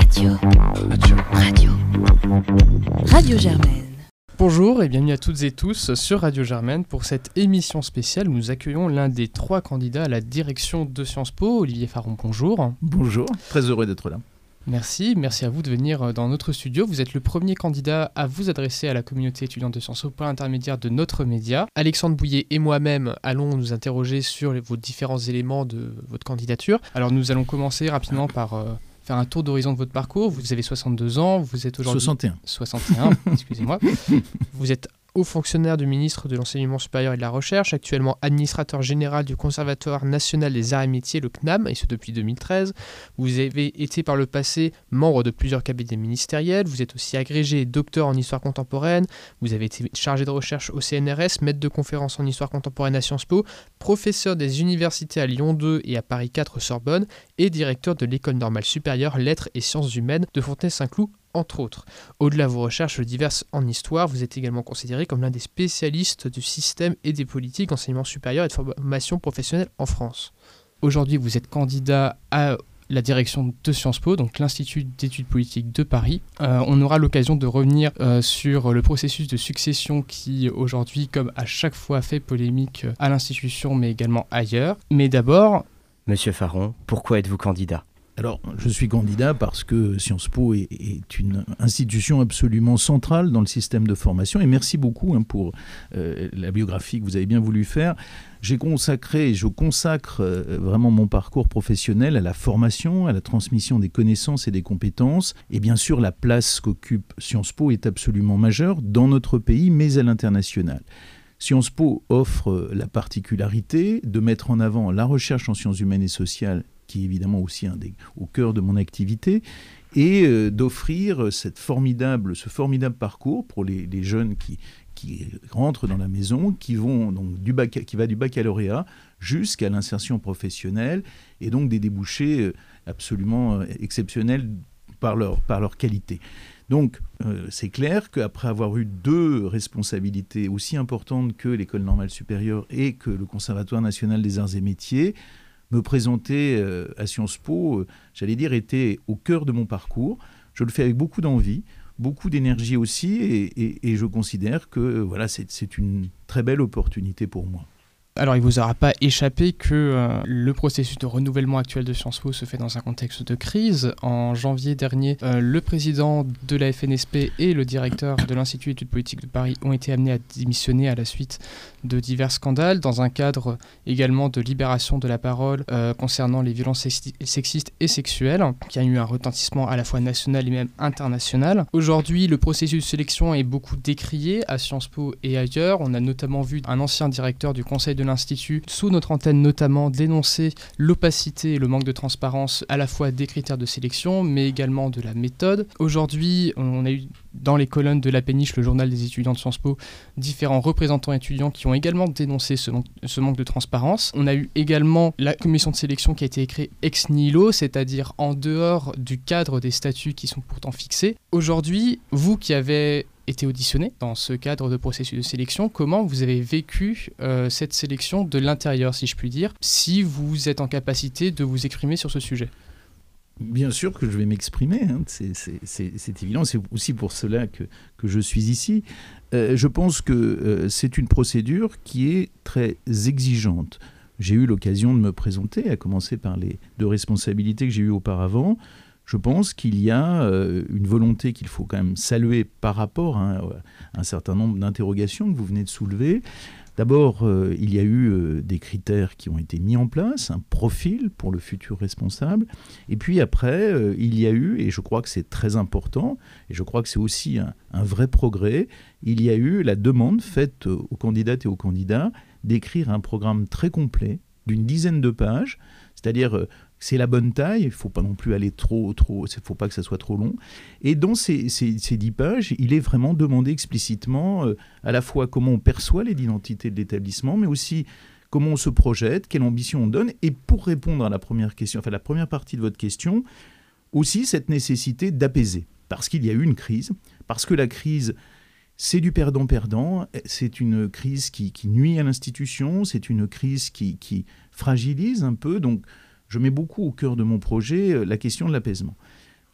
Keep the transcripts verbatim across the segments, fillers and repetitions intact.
Radio. Radio. Radio. Radio Germaine. Bonjour et bienvenue à toutes et tous sur Radio Germaine. Pour cette émission spéciale, nous accueillons l'un des trois candidats à la direction de Sciences Po, Olivier Faron. Bonjour. Bonjour, très heureux d'être là. Merci, merci à vous de venir dans notre studio. Vous êtes le premier candidat à vous adresser à la communauté étudiante de Sciences Po par l'intermédiaire de notre média. Alexandre Bouillet et moi-même allons nous interroger sur les, vos différents éléments de votre candidature. Alors nous allons commencer rapidement par euh, faire un tour d'horizon de votre parcours. Vous avez soixante-deux ans, vous êtes aujourd'hui... soixante et un. soixante et un, excusez-moi. Vous êtes haut fonctionnaire du ministre de l'Enseignement supérieur et de la Recherche, actuellement administrateur général du Conservatoire national des arts et métiers, le C N A M, et ce depuis deux mille treize. Vous avez été par le passé membre de plusieurs cabinets ministériels, vous êtes aussi agrégé et docteur en histoire contemporaine, vous avez été chargé de recherche au C N R S, maître de conférences en histoire contemporaine à Sciences Po, professeur des universités à Lyon deux et à Paris quatre Sorbonne, et directeur de l'École normale supérieure Lettres et Sciences humaines de Fontenay-Saint-Cloud, entre autres. Au-delà de vos recherches diverses en histoire, vous êtes également considéré comme l'un des spécialistes du système et des politiques d'enseignement supérieur et de formation professionnelle en France. Aujourd'hui, vous êtes candidat à la direction de Sciences Po, donc l'Institut d'études politiques de Paris. Euh, on aura l'occasion de revenir euh, sur le processus de succession qui, aujourd'hui, comme à chaque fois, fait polémique à l'institution, mais également ailleurs. Mais d'abord... Monsieur Faron, pourquoi êtes-vous candidat ? Alors, je suis candidat parce que Sciences Po est, est une institution absolument centrale dans le système de formation. Et merci beaucoup hein, pour euh, la biographie que vous avez bien voulu faire. J'ai consacré, je consacre euh, vraiment mon parcours professionnel à la formation, à la transmission des connaissances et des compétences. Et bien sûr, la place qu'occupe Sciences Po est absolument majeure dans notre pays, mais à l'international. Sciences Po offre la particularité de mettre en avant la recherche en sciences humaines et sociales, qui est évidemment aussi un des, au cœur de mon activité, et euh, d'offrir cette formidable, ce formidable parcours pour les, les jeunes qui, qui rentrent dans la maison, qui, vont, donc, du bac, qui va du baccalauréat jusqu'à l'insertion professionnelle, et donc des débouchés absolument exceptionnels par leur, par leur qualité. Donc, euh, c'est clair qu'après avoir eu deux responsabilités aussi importantes que l'École normale supérieure et que le Conservatoire national des arts et métiers, me présenter euh, à Sciences Po, euh, j'allais dire, était au cœur de mon parcours. Je le fais avec beaucoup d'envie, beaucoup d'énergie aussi, et, et, et je considère que euh, voilà, c'est, c'est une très belle opportunité pour moi. Alors, il ne vous aura pas échappé que euh, le processus de renouvellement actuel de Sciences Po se fait dans un contexte de crise. En janvier dernier, euh, le président de la F N S P et le directeur de l'Institut d'études politiques de Paris ont été amenés à démissionner à la suite de divers scandales, dans un cadre également de libération de la parole euh, concernant les violences sexi- sexistes et sexuelles, qui a eu un retentissement à la fois national et même international. Aujourd'hui, le processus de sélection est beaucoup décrié à Sciences Po et ailleurs. On a notamment vu un ancien directeur du conseil de l'Institut, sous notre antenne notamment, dénoncer l'opacité et le manque de transparence à la fois des critères de sélection, mais également de la méthode. Aujourd'hui, on a eu dans les colonnes de La Péniche, le journal des étudiants de Sciences Po, différents représentants étudiants qui ont également dénoncé ce manque, ce manque de transparence. On a eu également la commission de sélection qui a été créée ex nihilo, c'est-à-dire en dehors du cadre des statuts qui sont pourtant fixés. Aujourd'hui, vous qui avez été auditionné dans ce cadre de processus de sélection, comment vous avez vécu euh, cette sélection de l'intérieur, si je puis dire, si vous êtes en capacité de vous exprimer sur ce sujet ? Bien sûr que je vais m'exprimer, hein. c'est, c'est, c'est, c'est évident, c'est aussi pour cela que, que je suis ici. Euh, je pense que euh, c'est une procédure qui est très exigeante. J'ai eu l'occasion de me présenter, à commencer par les deux responsabilités que j'ai eues auparavant. Je pense qu'il y a euh, une volonté qu'il faut quand même saluer par rapport hein, à un certain nombre d'interrogations que vous venez de soulever. D'abord, euh, il y a eu euh, des critères qui ont été mis en place, un profil pour le futur responsable. Et puis après, euh, il y a eu, et je crois que c'est très important, et je crois que c'est aussi un, un vrai progrès, il y a eu la demande faite aux candidates et aux candidats d'écrire un programme très complet d'une dizaine de pages, c'est-à-dire... Euh, c'est la bonne taille, il ne faut pas non plus aller trop, trop, il ne faut pas que ça soit trop long. Et dans ces, ces, ces dix pages, il est vraiment demandé explicitement euh, à la fois comment on perçoit l'identité de l'établissement, mais aussi comment on se projette, quelle ambition on donne. Et pour répondre à la première question, enfin la première partie de votre question, aussi cette nécessité d'apaiser. Parce qu'il y a eu une crise, parce que la crise... C'est du perdant-perdant, c'est une crise qui, qui nuit à l'institution, c'est une crise qui, qui fragilise un peu, donc je mets beaucoup au cœur de mon projet la question de l'apaisement.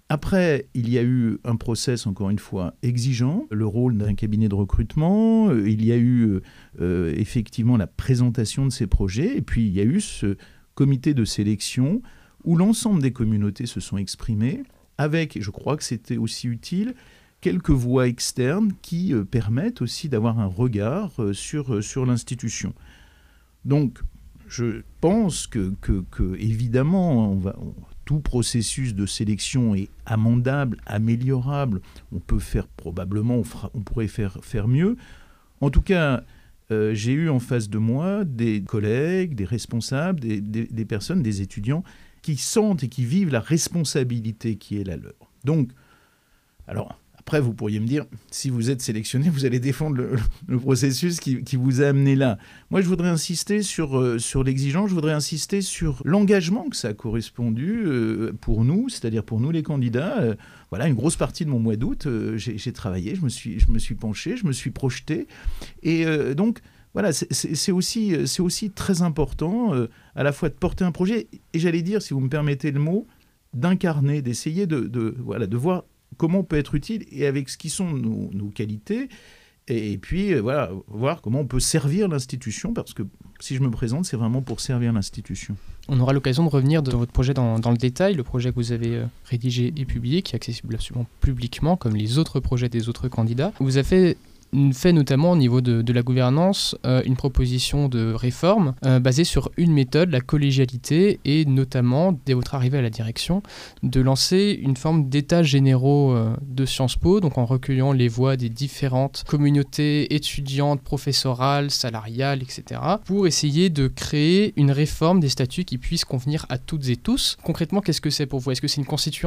Après, il y a eu un process, encore une fois, exigeant, le rôle d'un cabinet de recrutement, il y a eu euh, effectivement la présentation de ces projets, et puis il y a eu ce comité de sélection où l'ensemble des communautés se sont exprimées, avec, je crois que c'était aussi utile, quelques voix externes qui euh, permettent aussi d'avoir un regard euh, sur, euh, sur l'institution. Donc, je pense que, que, que évidemment, on va... On, tout processus de sélection est amendable, améliorable. On peut faire probablement, on, fera, on pourrait faire, faire mieux. En tout cas, euh, j'ai eu en face de moi des collègues, des responsables, des, des, des personnes, des étudiants qui sentent et qui vivent la responsabilité qui est la leur. Donc, alors... Après, vous pourriez me dire, si vous êtes sélectionné, vous allez défendre le, le processus qui, qui vous a amené là. Moi, je voudrais insister sur, euh, sur l'exigence, je voudrais insister sur l'engagement que ça a correspondu euh, pour nous, c'est-à-dire pour nous les candidats. Euh, voilà, une grosse partie de mon mois d'août, euh, j'ai, j'ai travaillé, je me, suis, je me suis penché, je me suis projeté. Et euh, donc, voilà, c'est, c'est, c'est, aussi, c'est aussi très important euh, à la fois de porter un projet, et j'allais dire, si vous me permettez le mot, d'incarner, d'essayer de, de, voilà, de voir comment on peut être utile et avec ce qui sont nos, nos qualités, et puis euh, voilà, voir comment on peut servir l'institution, parce que si je me présente, c'est vraiment pour servir l'institution. On aura l'occasion de revenir dans votre projet dans, dans le détail, le projet que vous avez euh, rédigé et publié, qui est accessible absolument publiquement, comme les autres projets des autres candidats. Vous avez fait fait notamment au niveau de, de la gouvernance euh, une proposition de réforme euh, basée sur une méthode, la collégialité, et notamment, dès votre arrivée à la direction, de lancer une forme d'états généraux euh, de Sciences Po, donc en recueillant les voix des différentes communautés étudiantes, professorales, salariales, et cetera, pour essayer de créer une réforme des statuts qui puisse convenir à toutes et tous. Concrètement, qu'est-ce que c'est pour vous ? Est-ce que c'est une constituante ?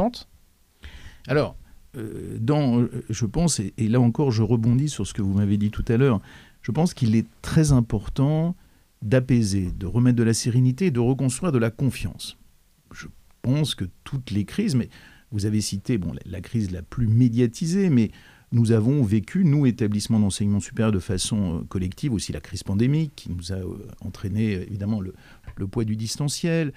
Alors, Dans, je pense, et là encore je rebondis sur ce que vous m'avez dit tout à l'heure, je pense qu'il est très important d'apaiser, de remettre de la sérénité et de reconstruire de la confiance. Je pense que toutes les crises, mais vous avez cité bon, la, la crise la plus médiatisée, mais nous avons vécu, nous, établissements d'enseignement supérieur, de façon euh, collective, aussi la crise pandémique qui nous a euh, entraîné évidemment le, le poids du distanciel.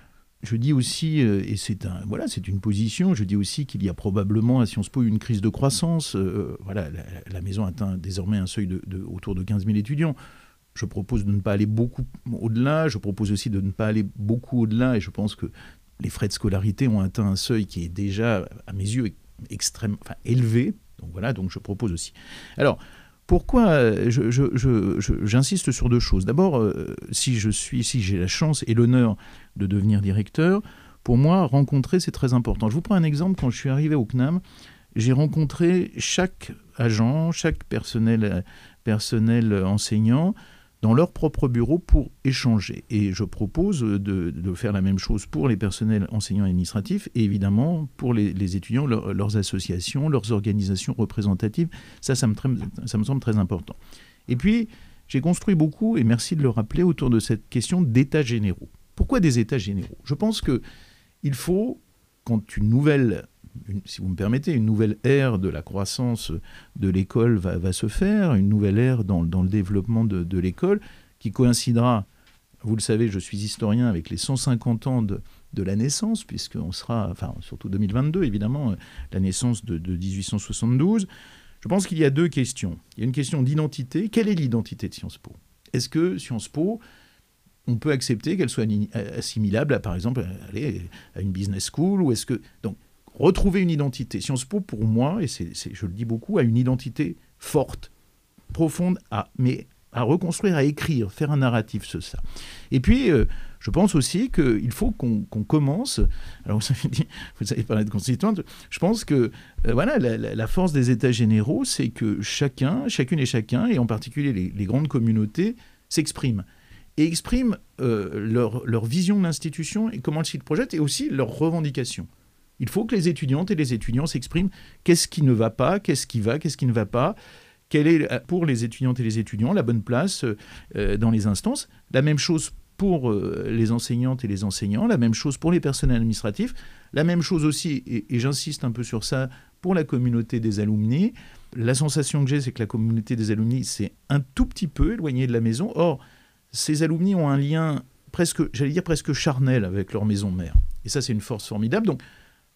Je dis aussi, et c'est, un, voilà, c'est une position, je dis aussi qu'il y a probablement à Sciences Po une crise de croissance. Euh, voilà, la, la maison atteint désormais un seuil de, de, autour de quinze mille étudiants. Je propose de ne pas aller beaucoup au-delà, je propose aussi de ne pas aller beaucoup au-delà, et je pense que les frais de scolarité ont atteint un seuil qui est déjà, à mes yeux, extrêmement, enfin, élevé. Donc voilà, donc je propose aussi. Alors, pourquoi je, je, je, je, j'insiste sur deux choses. D'abord, euh, si, je suis, si j'ai la chance et l'honneur de devenir directeur, pour moi, rencontrer, c'est très important. Je vous prends un exemple. Quand je suis arrivé au C N A M, j'ai rencontré chaque agent, chaque personnel, personnel enseignant dans leur propre bureau pour échanger. Et je propose de, de faire la même chose pour les personnels enseignants et administratifs et évidemment pour les, les étudiants, leur, leurs associations, leurs organisations représentatives. Ça, ça me, ça me semble très important. Et puis, j'ai construit beaucoup, et merci de le rappeler, autour de cette question d'états généraux. Pourquoi des états généraux ? Je pense qu'il faut, quand une nouvelle... Une, si vous me permettez, une nouvelle ère de la croissance de l'école va, va se faire, une nouvelle ère dans, dans le développement de, de l'école qui coïncidera, vous le savez, je suis historien, avec les cent cinquante ans de, de la naissance, puisqu'on sera, enfin surtout deux mille vingt-deux évidemment, la naissance de, de dix-huit cent soixante-douze. Je pense qu'il y a deux questions. Il y a une question d'identité. Quelle est l'identité de Sciences Po ? Est-ce que Sciences Po, on peut accepter qu'elle soit assimilable à, par exemple, aller à une business school, ou est-ce que... Donc, retrouver une identité. Sciences Po, pour moi, et c'est, c'est, je le dis beaucoup, a une identité forte, profonde, à, mais à reconstruire, à écrire, faire un narratif sur ça. Et puis, euh, je pense aussi qu'il faut qu'on, qu'on commence... Alors, vous avez, dit, vous avez parlé de constituante. Je pense que euh, voilà, la, la, la force des États généraux, c'est que chacun, chacune et chacun, et en particulier les, les grandes communautés, s'expriment. Et expriment euh, leur, leur vision de l'institution et comment ils se projettent, et aussi leurs revendications. Il faut que les étudiantes et les étudiants s'expriment. Qu'est-ce qui ne va pas ? Qu'est-ce qui va ? Qu'est-ce qui ne va pas ? Quelle est, pour les étudiantes et les étudiants, la bonne place euh, dans les instances ? La même chose pour euh, les enseignantes et les enseignants, la même chose pour les personnels administratifs, la même chose aussi, et, et j'insiste un peu sur ça, pour la communauté des alumni. La sensation que j'ai, c'est que la communauté des alumni, c'est un tout petit peu éloigné de la maison. Or, ces alumni ont un lien presque, j'allais dire presque charnel avec leur maison mère. Et ça, c'est une force formidable. Donc,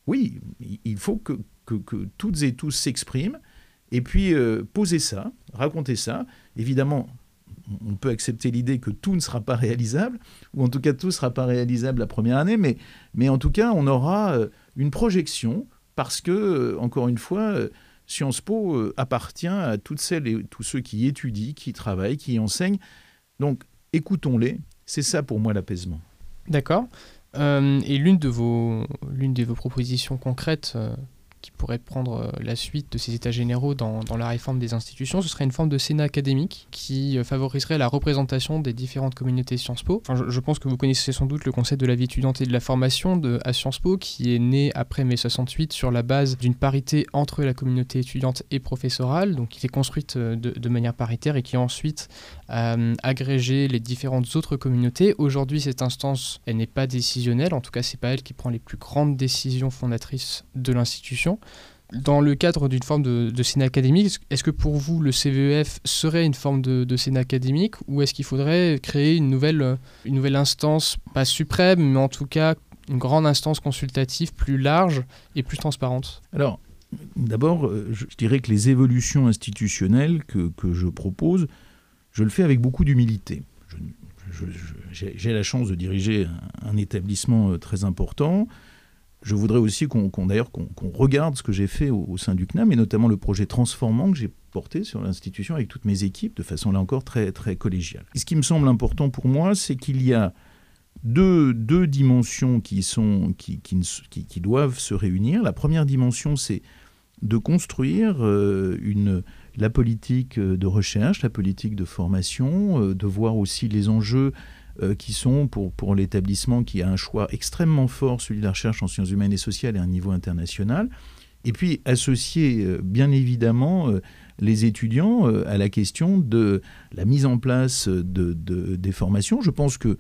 oui, il faut que, que, que toutes et tous s'expriment, et puis euh, poser ça, raconter ça. Évidemment, on peut accepter l'idée que tout ne sera pas réalisable, ou en tout cas tout ne sera pas réalisable la première année, mais, mais en tout cas, on aura une projection, parce que, encore une fois, Sciences Po appartient à toutes celles et tous ceux qui étudient, qui travaillent, qui enseignent. Donc, écoutons-les. C'est ça, pour moi, l'apaisement. D'accord. Euh, et l'une de vos, l'une de vos propositions concrètes euh, qui pourrait prendre euh, la suite de ces états généraux dans, dans la réforme des institutions, ce serait une forme de Sénat académique qui euh, favoriserait la représentation des différentes communautés Sciences Po. Enfin, je, je pense que vous connaissez sans doute le concept de la vie étudiante et de la formation de, à Sciences Po, qui est né après mai soixante-huit sur la base d'une parité entre la communauté étudiante et professorale, donc qui s'est construite euh, de, de manière paritaire et qui a ensuite euh, agrégé les différentes autres communautés. Aujourd'hui, cette instance, elle n'est pas décisionnelle, en tout cas, c'est pas elle qui prend les plus grandes décisions fondatrices de l'institution. Dans le cadre d'une forme de, de Sénat académique, est-ce que pour vous, le C V E F serait une forme de, de Sénat académique, ou est-ce qu'il faudrait créer une nouvelle, une nouvelle instance, pas suprême, mais en tout cas une grande instance consultative plus large et plus transparente ? Alors, d'abord, je dirais que les évolutions institutionnelles que, que je propose, je le fais avec beaucoup d'humilité. Je, je, je, j'ai, j'ai la chance de diriger un, un établissement très important. Je voudrais aussi qu'on, qu'on, d'ailleurs, qu'on, qu'on regarde ce que j'ai fait au, au sein du C N A M, et notamment le projet transformant que j'ai porté sur l'institution avec toutes mes équipes, de façon là encore très, très collégiale. Et ce qui me semble important pour moi, c'est qu'il y a deux, deux dimensions qui, sont, qui, qui, qui, qui doivent se réunir. La première dimension, c'est de construire euh, une, la politique de recherche, la politique de formation, euh, de voir aussi les enjeux euh, qui sont pour, pour l'établissement qui a un choix extrêmement fort, celui de la recherche en sciences humaines et sociales et à un niveau international. Et puis associer euh, bien évidemment euh, les étudiants euh, à la question de la mise en place de, de, des formations. Je pense que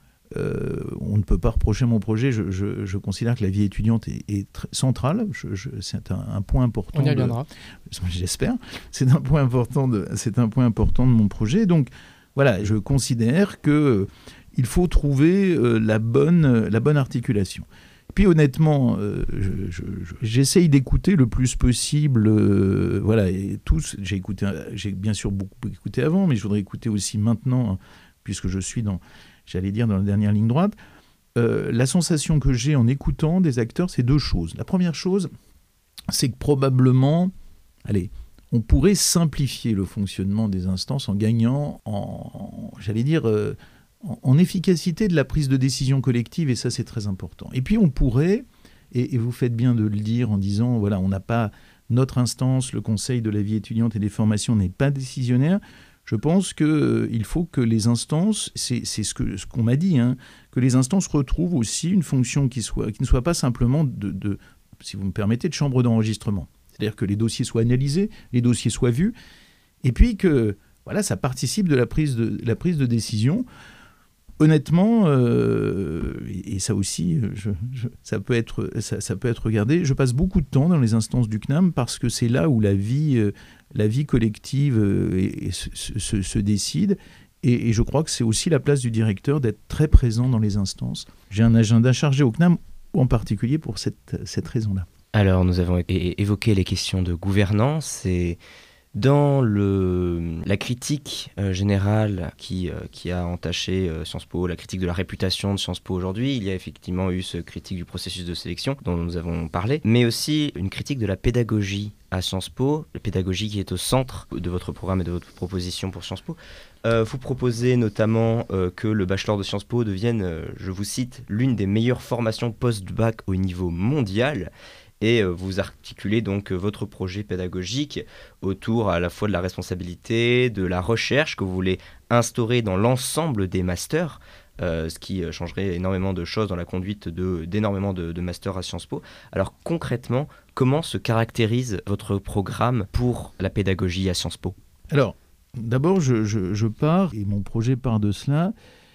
Euh, on ne peut pas reprocher mon projet. Je, je, je considère que la vie étudiante est, est très centrale. Je, je, c'est un, un point important. On y reviendra. De, j'espère. C'est un point important de, c'est un point important de mon projet. Donc voilà, je considère que euh, il faut trouver euh, la bonne, la bonne articulation. Puis honnêtement, euh, je, je, je, j'essaye d'écouter le plus possible. Euh, voilà, et tous. J'ai écouté, j'ai bien sûr beaucoup écouté avant, mais je voudrais écouter aussi maintenant, hein, puisque je suis dans j'allais dire dans la dernière ligne droite, euh, la sensation que j'ai en écoutant des acteurs, c'est deux choses. La première chose, c'est que probablement, allez, on pourrait simplifier le fonctionnement des instances en gagnant, en, en j'allais dire, euh, en, en efficacité de la prise de décision collective, et ça, c'est très important. Et puis, on pourrait, et, et vous faites bien de le dire en disant, voilà, on n'a pas, notre instance, le Conseil de la vie étudiante et des formations n'est pas décisionnaire. Je pense qu'il euh, faut que les instances, c'est, c'est ce, que, ce qu'on m'a dit, hein, que les instances retrouvent aussi une fonction qui, soit, qui ne soit pas simplement, de, de, si vous me permettez, de chambre d'enregistrement. C'est-à-dire que les dossiers soient analysés, les dossiers soient vus, et puis que voilà, ça participe de la prise de, la prise de décision. Honnêtement, euh, et, et ça aussi, je, je, ça, peut être, ça, ça peut être regardé, je passe beaucoup de temps dans les instances du C N A M parce que c'est là où la vie, euh, la vie collective euh, et, et se, se, se décide. Et, et je crois que c'est aussi la place du directeur d'être très présent dans les instances. J'ai un agenda chargé au C N A M, en particulier pour cette, cette raison-là. Alors, nous avons é- évoqué les questions de gouvernance et... Dans le, la critique euh, générale qui, euh, qui a entaché euh, Sciences Po, la critique de la réputation de Sciences Po aujourd'hui, il y a effectivement eu ce critique du processus de sélection dont nous avons parlé, mais aussi une critique de la pédagogie à Sciences Po, la pédagogie qui est au centre de votre programme et de votre proposition pour Sciences Po. Euh, vous proposez notamment euh, que le bachelor de Sciences Po devienne, euh, je vous cite, l'une des meilleures formations post-bac au niveau mondial. Et vous articulez donc votre projet pédagogique autour à la fois de la responsabilité, de la recherche que vous voulez instaurer dans l'ensemble des masters, euh, ce qui changerait énormément de choses dans la conduite de, d'énormément de, de masters à Sciences Po. Alors concrètement, comment se caractérise votre programme pour la pédagogie à Sciences Po ? Alors, d'abord, je, je, je pars, et mon projet part de cela,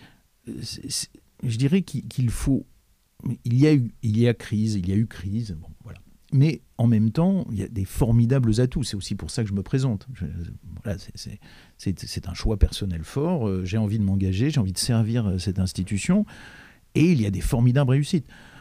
c'est, c'est, je dirais qu'il, qu'il faut... Il y a eu, il y a crise, il y a eu crise, bon, voilà. Mais en même temps, il y a des formidables atouts. C'est aussi pour ça que je me présente. Je, voilà, c'est, c'est, c'est, c'est un choix personnel fort. Euh, j'ai envie de m'engager, j'ai envie de servir cette institution. Et il y a des formidables réussites.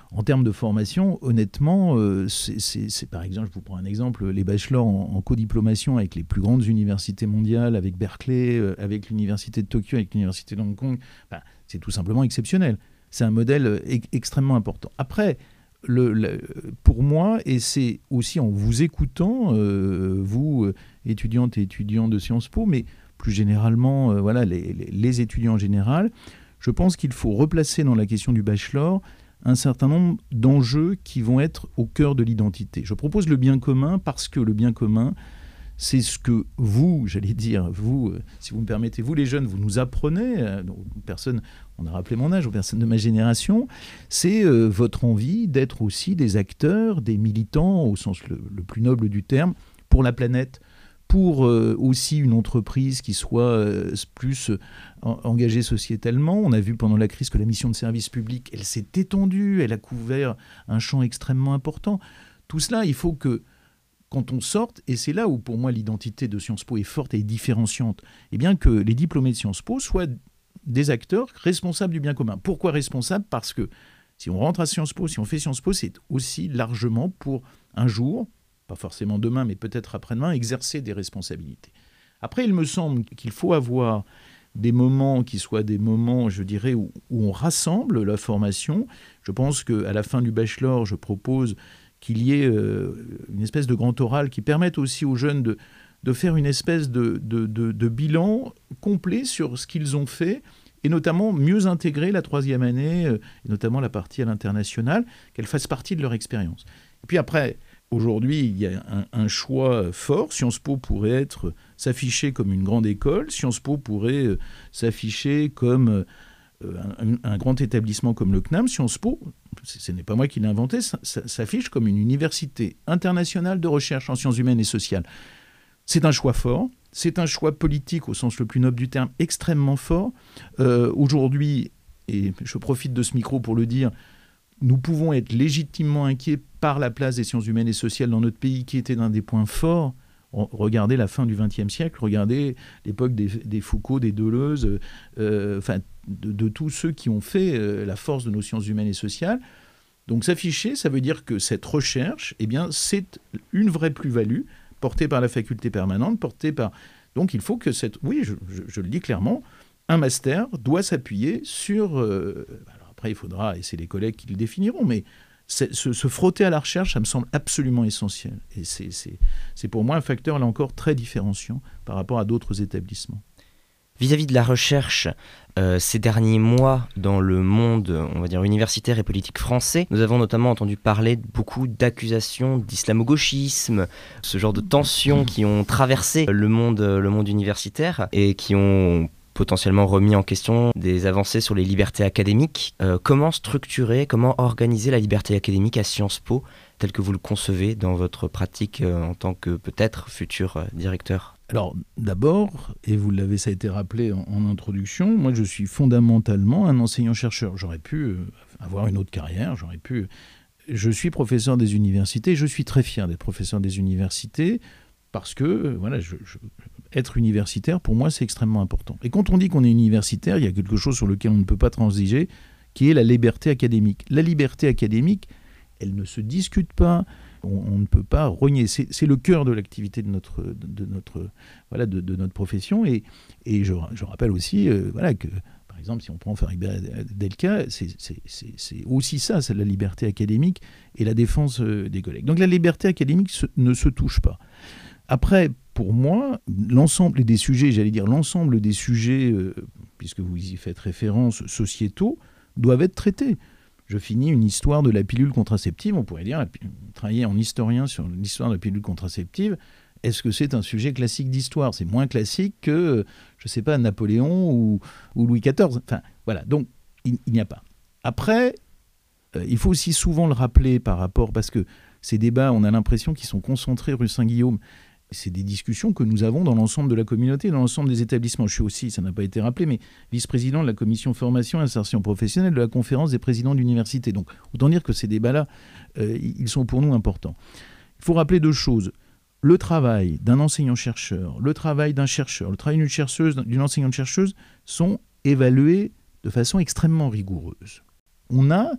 En termes de formation, honnêtement, euh, c'est, c'est, c'est par exemple, je vous prends un exemple, les bachelors en, en co-diplomation avec les plus grandes universités mondiales, avec Berkeley, euh, avec l'université de Tokyo, avec l'université de Hong Kong, ben, c'est tout simplement exceptionnel. C'est un modèle e- extrêmement important. Après, le, le, pour moi, et c'est aussi en vous écoutant, euh, vous, euh, étudiantes et étudiants de Sciences Po, mais plus généralement, euh, voilà, les, les, les étudiants en général, je pense qu'il faut replacer dans la question du bachelor un certain nombre d'enjeux qui vont être au cœur de l'identité. Je propose le bien commun parce que le bien commun, c'est ce que vous, j'allais dire, vous, si vous me permettez, vous les jeunes, vous nous apprenez, euh, aux personnes, on a rappelé mon âge, aux personnes de ma génération, c'est euh, votre envie d'être aussi des acteurs, des militants, au sens le, le plus noble du terme, pour la planète, pour euh, aussi une entreprise qui soit euh, plus euh, engagée sociétalement. On a vu pendant la crise que la mission de service public, elle s'est étendue, elle a couvert un champ extrêmement important. Tout cela, il faut que, quand on sorte, et c'est là où pour moi l'identité de Sciences Po est forte et différenciante, eh bien que les diplômés de Sciences Po soient des acteurs responsables du bien commun. Pourquoi responsables ? Parce que si on rentre à Sciences Po, si on fait Sciences Po, c'est aussi largement pour un jour, pas forcément demain, mais peut-être après-demain, exercer des responsabilités. Après, il me semble qu'il faut avoir des moments qui soient des moments, je dirais, où, où on rassemble la formation. Je pense qu'à la fin du bachelor, je propose qu'il y ait euh, une espèce de grand oral qui permette aussi aux jeunes de, de faire une espèce de, de, de, de bilan complet sur ce qu'ils ont fait, et notamment mieux intégrer la troisième année, euh, et notamment la partie à l'international, qu'elle fasse partie de leur expérience. Et puis après, aujourd'hui, il y a un, un choix fort. Sciences Po pourrait être, s'afficher comme une grande école. Sciences Po pourrait euh, s'afficher comme euh, un, un grand établissement comme le C N A M. Sciences Po, ce n'est pas moi qui l'ai inventé, ça, ça s'affiche comme une université internationale de recherche en sciences humaines et sociales. C'est un choix fort. C'est un choix politique au sens le plus noble du terme, extrêmement fort. Euh, aujourd'hui, et je profite de ce micro pour le dire, nous pouvons être légitimement inquiets par la place des sciences humaines et sociales dans notre pays, qui était l'un des points forts. Regardez la fin du vingtième siècle, regardez l'époque des, des Foucault, des Deleuze, euh, enfin, de, de tous ceux qui ont fait euh, la force de nos sciences humaines et sociales. Donc s'afficher, ça veut dire que cette recherche, eh bien, c'est une vraie plus-value portée par la faculté permanente, portée par... Donc il faut que cette... Oui, je, je, je le dis clairement, un master doit s'appuyer sur... Euh, alors après, il faudra, et c'est les collègues qui le définiront, mais se, se frotter à la recherche, ça me semble absolument essentiel. Et c'est, c'est, c'est pour moi un facteur, là encore, très différenciant par rapport à d'autres établissements. Vis-à-vis de la recherche, euh, ces derniers mois, dans le monde, on va dire, universitaire et politique français, nous avons notamment entendu parler de beaucoup d'accusations d'islamo-gauchisme, ce genre de tensions qui ont traversé le monde, le monde universitaire et qui ont potentiellement remis en question des avancées sur les libertés académiques. Euh, comment structurer, comment organiser la liberté académique à Sciences Po, tel que vous le concevez dans votre pratique euh, en tant que peut-être futur euh, directeur ? Alors d'abord, et vous l'avez, ça a été rappelé en, en introduction, moi je suis fondamentalement un enseignant-chercheur. J'aurais pu euh, avoir une autre carrière, j'aurais pu... Je suis professeur des universités, je suis très fier d'être professeur des universités, parce que, euh, voilà, je, je, être universitaire, pour moi, c'est extrêmement important. Et quand on dit qu'on est universitaire, il y a quelque chose sur lequel on ne peut pas transiger, qui est la liberté académique. La liberté académique, elle ne se discute pas, on, on ne peut pas renier. C'est, c'est le cœur de l'activité de notre, de, de notre, voilà, de, de notre profession. Et, et je, je rappelle aussi euh, voilà, que, par exemple, si on prend Farid Delca, c'est, c'est, c'est, c'est aussi ça, c'est la liberté académique et la défense euh, des collègues. Donc la liberté académique se, ne se touche pas. Après, pour moi, l'ensemble des sujets, j'allais dire l'ensemble des sujets, euh, puisque vous y faites référence, sociétaux, doivent être traités. Je finis une histoire de la pilule contraceptive, on pourrait dire, travailler en historien sur l'histoire de la pilule contraceptive, est-ce que c'est un sujet classique d'histoire ? C'est moins classique que, je ne sais pas, Napoléon ou, ou Louis quatorze. Enfin, voilà, donc il, il n'y a pas. Après, euh, il faut aussi souvent le rappeler par rapport, parce que ces débats, on a l'impression qu'ils sont concentrés rue Saint-Guillaume. C'est des discussions que nous avons dans l'ensemble de la communauté, dans l'ensemble des établissements. Je suis aussi, ça n'a pas été rappelé, mais vice-président de la commission formation et insertion professionnelle de la conférence des présidents d'université. Donc, autant dire que ces débats-là, euh, ils sont pour nous importants. Il faut rappeler deux choses. Le travail d'un enseignant-chercheur, le travail d'un chercheur, le travail d'une chercheuse, d'une enseignante-chercheuse sont évalués de façon extrêmement rigoureuse. On a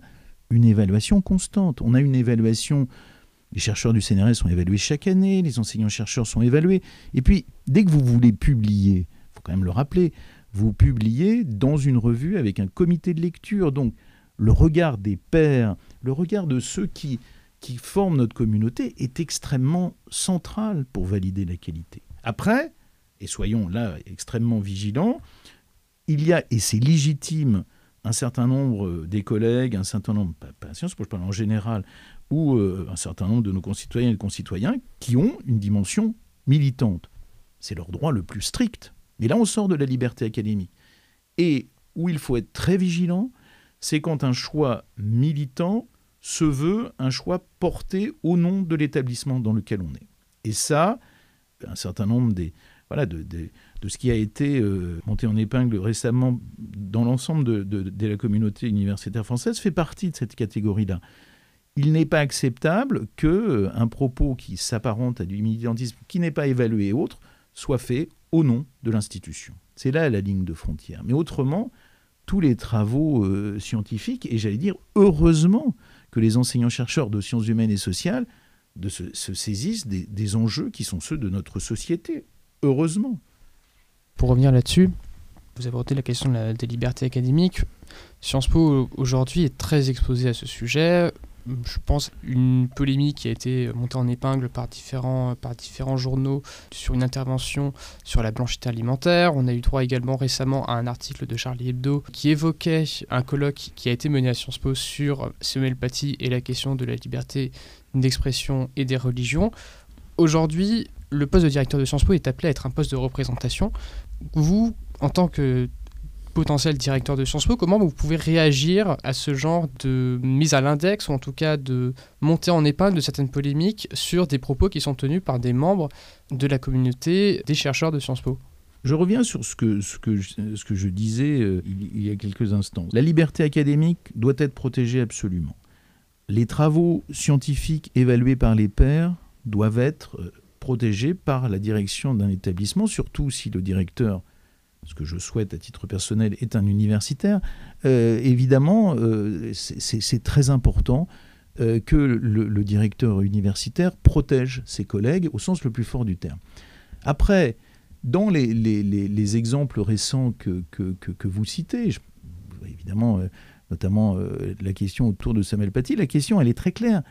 une évaluation constante. On a une évaluation, les chercheurs du C N R S sont évalués chaque année, les enseignants-chercheurs sont évalués. Et puis, dès que vous voulez publier, il faut quand même le rappeler, vous publiez dans une revue avec un comité de lecture. Donc, le regard des pairs, le regard de ceux qui, qui forment notre communauté est extrêmement central pour valider la qualité. Après, et soyons là extrêmement vigilants, il y a, et c'est légitime, un certain nombre des collègues, un certain nombre, pas, pas Sciences Po, je parle en général, ou euh, un certain nombre de nos concitoyens et de concitoyens qui ont une dimension militante. C'est leur droit le plus strict. Mais là, on sort de la liberté académique. Et où il faut être très vigilant, c'est quand un choix militant se veut un choix porté au nom de l'établissement dans lequel on est. Et ça, un certain nombre des, voilà, de, de, de ce qui a été euh, monté en épingle récemment dans l'ensemble de, de, de la communauté universitaire française fait partie de cette catégorie-là. Il n'est pas acceptable qu'un euh, propos qui s'apparente à du militantisme, qui n'est pas évalué et autres, soit fait au nom de l'institution. C'est là la ligne de frontière. Mais autrement, tous les travaux euh, scientifiques, et j'allais dire heureusement que les enseignants-chercheurs de sciences humaines et sociales de se, se saisissent des, des enjeux qui sont ceux de notre société. Heureusement. Pour revenir là-dessus, vous abordez la question de la, des libertés académiques. Sciences Po aujourd'hui est très exposée à ce sujet. Je pense une polémique qui a été montée en épingle par différents, par différents journaux sur une intervention sur la blanchité alimentaire. On a eu droit également récemment à un article de Charlie Hebdo qui évoquait un colloque qui a été mené à Sciences Po sur Samuel Paty et la question de la liberté d'expression et des religions. Aujourd'hui, le poste de directeur de Sciences Po est appelé à être un poste de représentation. Vous, en tant que potentiel directeur de Sciences Po, comment vous pouvez réagir à ce genre de mise à l'index, ou en tout cas de montée en épingle de certaines polémiques sur des propos qui sont tenus par des membres de la communauté des chercheurs de Sciences Po ? Je reviens sur ce que, ce que, je, ce que je disais euh, il, il y a quelques instants. La liberté académique doit être protégée absolument. Les travaux scientifiques évalués par les pairs doivent être euh, protégés par la direction d'un établissement, surtout si le directeur, ce que je souhaite à titre personnel, est un universitaire. Euh, évidemment, euh, c'est, c'est, c'est très important euh, que le, le directeur universitaire protège ses collègues au sens le plus fort du terme. Après, dans les, les, les, les exemples récents que, que, que, que vous citez, je, évidemment, euh, notamment euh, la question autour de Samuel Paty, la question, elle est très claire.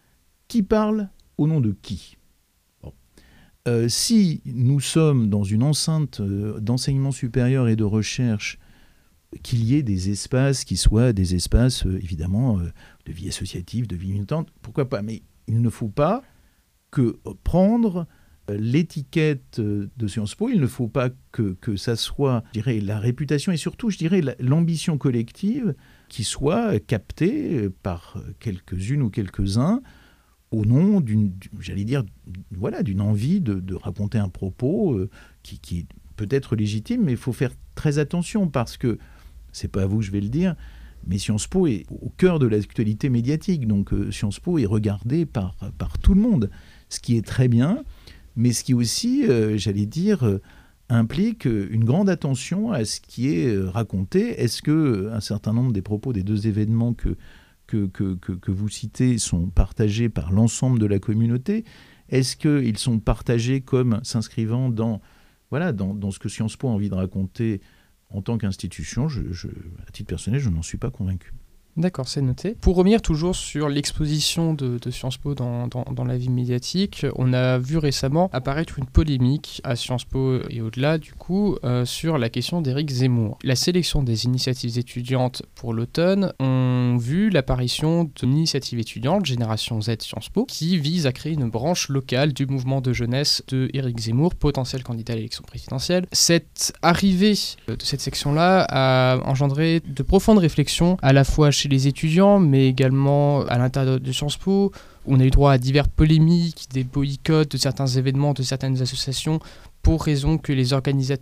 Qui parle au nom de qui ? Bon. Euh, si nous sommes dans une enceinte euh, d'enseignement supérieur et de recherche, qu'il y ait des espaces qui soient des espaces, euh, évidemment, euh, de vie associative, de vie militante, pourquoi pas ? Mais il ne faut pas que prendre l'étiquette de Sciences Po, il ne faut pas que, que ça soit, je dirais, la réputation et surtout, je dirais, la, l'ambition collective qui soit captée par quelques-unes ou quelques-uns au nom d'une, j'allais dire, voilà, d'une envie de, de raconter un propos euh, qui, qui peut être légitime, mais il faut faire très attention parce que, c'est pas à vous que je vais le dire, mais Sciences Po est au cœur de l'actualité médiatique, donc euh, Sciences Po est regardé par, par tout le monde, ce qui est très bien, mais ce qui aussi, euh, j'allais dire, euh, implique une grande attention à ce qui est euh, raconté. Est-ce que euh, un certain nombre des propos des deux événements que, que, que, que, que vous citez sont partagés par l'ensemble de la communauté ? Est-ce qu'ils sont partagés comme s'inscrivant dans, voilà, dans, dans ce que Sciences Po a envie de raconter en tant qu'institution ? je, je, À titre personnel, je n'en suis pas convaincu. D'accord, c'est noté. Pour revenir toujours sur l'exposition de, de Sciences Po dans, dans, dans la vie médiatique, on a vu récemment apparaître une polémique à Sciences Po et au-delà, du coup, euh, sur la question d'Éric Zemmour. La sélection des initiatives étudiantes pour l'automne ont vu l'apparition d'une initiative étudiante, Génération Z Sciences Po, qui vise à créer une branche locale du mouvement de jeunesse de Éric Zemmour, potentiel candidat à l'élection présidentielle. Cette arrivée de cette section-là a engendré de profondes réflexions, à la fois chez les étudiants, mais également à l'intérieur de Sciences Po. On a eu droit à diverses polémiques, des boycotts de certains événements, de certaines associations, pour raison que les organisateurs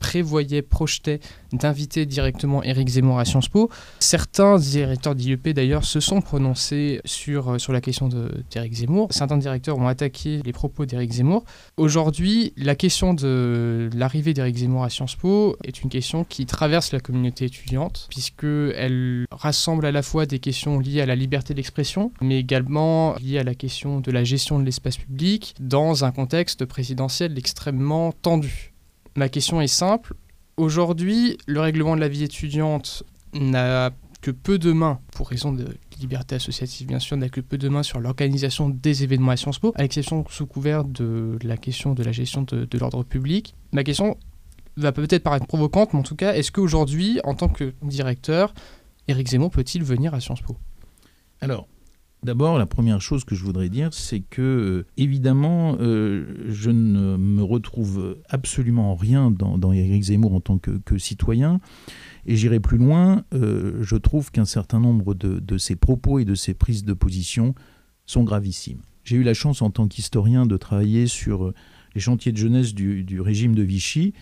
prévoyait, projetait d'inviter directement Éric Zemmour à Sciences Po. Certains directeurs d'I E P d'ailleurs se sont prononcés sur, sur la question d'Éric Zemmour. Certains directeurs ont attaqué les propos d'Éric Zemmour. Aujourd'hui, la question de l'arrivée d'Éric Zemmour à Sciences Po est une question qui traverse la communauté étudiante, puisqu'elle rassemble à la fois des questions liées à la liberté d'expression, mais également liées à la question de la gestion de l'espace public dans un contexte présidentiel extrêmement tendu. Ma question est simple. Aujourd'hui, le règlement de la vie étudiante n'a que peu de main, pour raison de liberté associative bien sûr, n'a que peu de main sur l'organisation des événements à Sciences Po, à l'exception sous couvert de la question de la gestion de, de l'ordre public. Ma question va peut-être paraître provocante, mais en tout cas, est-ce qu'aujourd'hui, en tant que directeur, Éric Zemmour peut-il venir à Sciences Po ? Alors, d'abord, la première chose que je voudrais dire, c'est que, euh, évidemment, euh, je ne me retrouve absolument rien dans, dans Éric Zemmour en tant que, que citoyen. Et j'irai plus loin, euh, je trouve qu'un certain nombre de, de ses propos et de ses prises de position sont gravissimes. J'ai eu la chance, en tant qu'historien, de travailler sur les chantiers de jeunesse du, du régime de Vichy.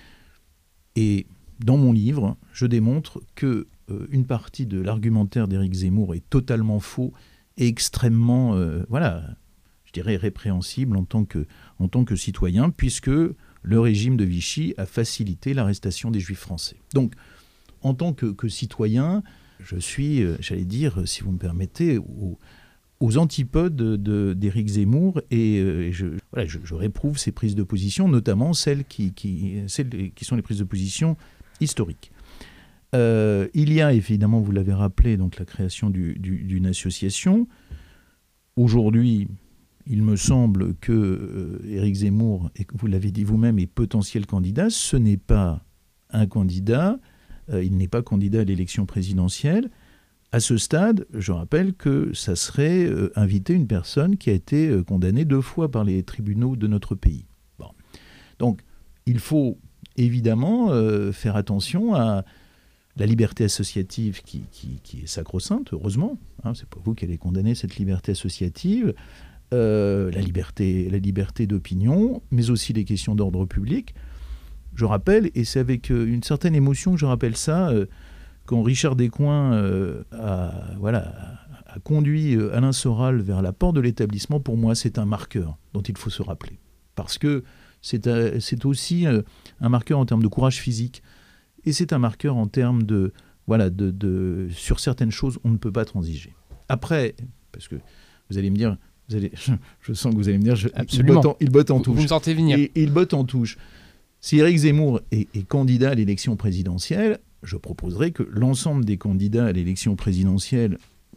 Et dans mon livre, je démontre que euh, une partie de l'argumentaire d'Éric Zemmour est totalement faux et extrêmement, euh, voilà, je dirais répréhensible en tant que, en tant que citoyen, puisque le régime de Vichy a facilité l'arrestation des Juifs français. Donc, en tant que, que citoyen, je suis, euh, j'allais dire, si vous me permettez, au, aux antipodes de, d'Éric Zemmour, et, euh, et je, voilà, je, je réprouve ses prises de position, notamment celles qui, qui, celles qui sont les prises de position historiques. Euh, il y a évidemment, vous l'avez rappelé, donc la création du, du, d'une association. Aujourd'hui, il me semble que euh, Éric Zemmour, et vous l'avez dit vous-même, est potentiel candidat. Ce n'est pas un candidat, euh, il n'est pas candidat à l'élection présidentielle. À ce stade, je rappelle que ça serait euh, inviter une personne qui a été euh, condamnée deux fois par les tribunaux de notre pays. Bon. Donc, il faut évidemment euh, faire attention à la liberté associative qui, qui, qui est sacro-sainte, heureusement. Hein, c'est pas vous qui allez condamner cette liberté associative. Euh, la liberté, la liberté d'opinion, mais aussi les questions d'ordre public. Je rappelle, et c'est avec euh, une certaine émotion que je rappelle ça, euh, quand Richard Descoings euh, a, voilà, a conduit Alain Soral vers la porte de l'établissement, pour moi, c'est un marqueur dont il faut se rappeler. Parce que c'est, euh, c'est aussi euh, un marqueur en termes de courage physique, et c'est un marqueur en termes de, voilà, de, de, sur certaines choses, on ne peut pas transiger. Après, parce que vous allez me dire, vous allez, je, je sens que vous allez me dire, je, il, botte en, il botte en touche. Vous me sentez venir. Et, et il botte en touche. Si Éric Zemmour est, est candidat à l'élection présidentielle, je proposerais que l'ensemble des candidats à l'élection présidentielle,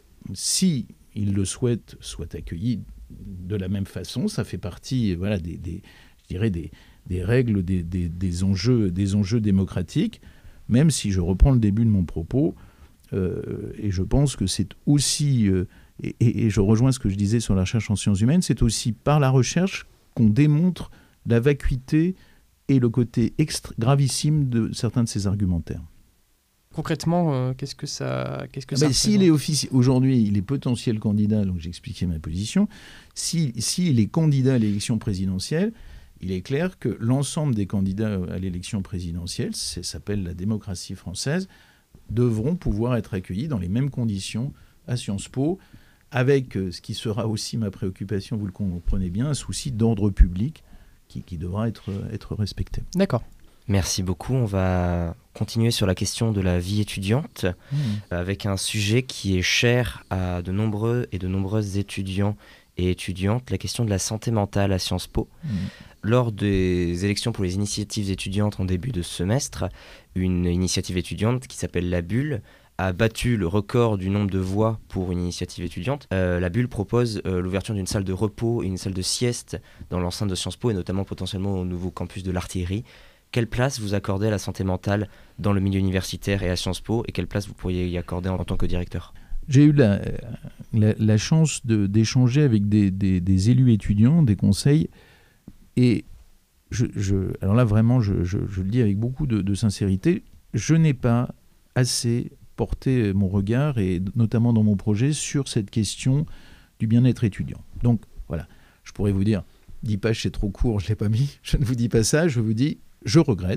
si ils le souhaitent, soient accueillis de la même façon. Ça fait partie, voilà, des, des, je dirais des, des règles, des, des, des, enjeux, des enjeux démocratiques. Même si je reprends le début de mon propos, euh, et je pense que c'est aussi, euh, et, et, et je rejoins ce que je disais sur la recherche en sciences humaines, c'est aussi par la recherche qu'on démontre la vacuité et le côté extra- gravissime de certains de ces argumentaires. Concrètement, euh, qu'est-ce que ça, qu'est-ce que ah ça ben, s'il est offici- aujourd'hui, il est potentiel candidat, donc j'ai expliqué ma position. Si, s'il est candidat à l'élection présidentielle, il est clair que l'ensemble des candidats à l'élection présidentielle, ça s'appelle la démocratie française, devront pouvoir être accueillis dans les mêmes conditions à Sciences Po, avec euh, ce qui sera aussi ma préoccupation, vous le comprenez bien, un souci d'ordre public qui, qui devra être, être respecté. D'accord. Merci beaucoup. On va continuer sur la question de la vie étudiante mmh. avec un sujet qui est cher à de nombreux et de nombreuses étudiants et étudiantes, la question de la santé mentale à Sciences Po. Mmh. Lors des élections pour les initiatives étudiantes en début de semestre, une initiative étudiante qui s'appelle La Bulle a battu le record du nombre de voix pour une initiative étudiante. Euh, la Bulle propose euh, l'ouverture d'une salle de repos et une salle de sieste dans l'enceinte de Sciences Po et notamment potentiellement au nouveau campus de l'Artillerie. Quelle place vous accordez à la santé mentale dans le milieu universitaire et à Sciences Po, et quelle place vous pourriez y accorder en, en tant que directeur ? J'ai eu la, la, la chance de, d'échanger avec des, des, des élus étudiants, des conseils, et je, je, alors là vraiment, je, je, je le dis avec beaucoup de, de sincérité, je n'ai pas assez porté mon regard, et notamment dans mon projet, sur cette question du bien-être étudiant. Donc voilà, je pourrais vous dire, dix pages c'est trop court, je ne l'ai pas mis, je ne vous dis pas ça, je vous dis, je regrette,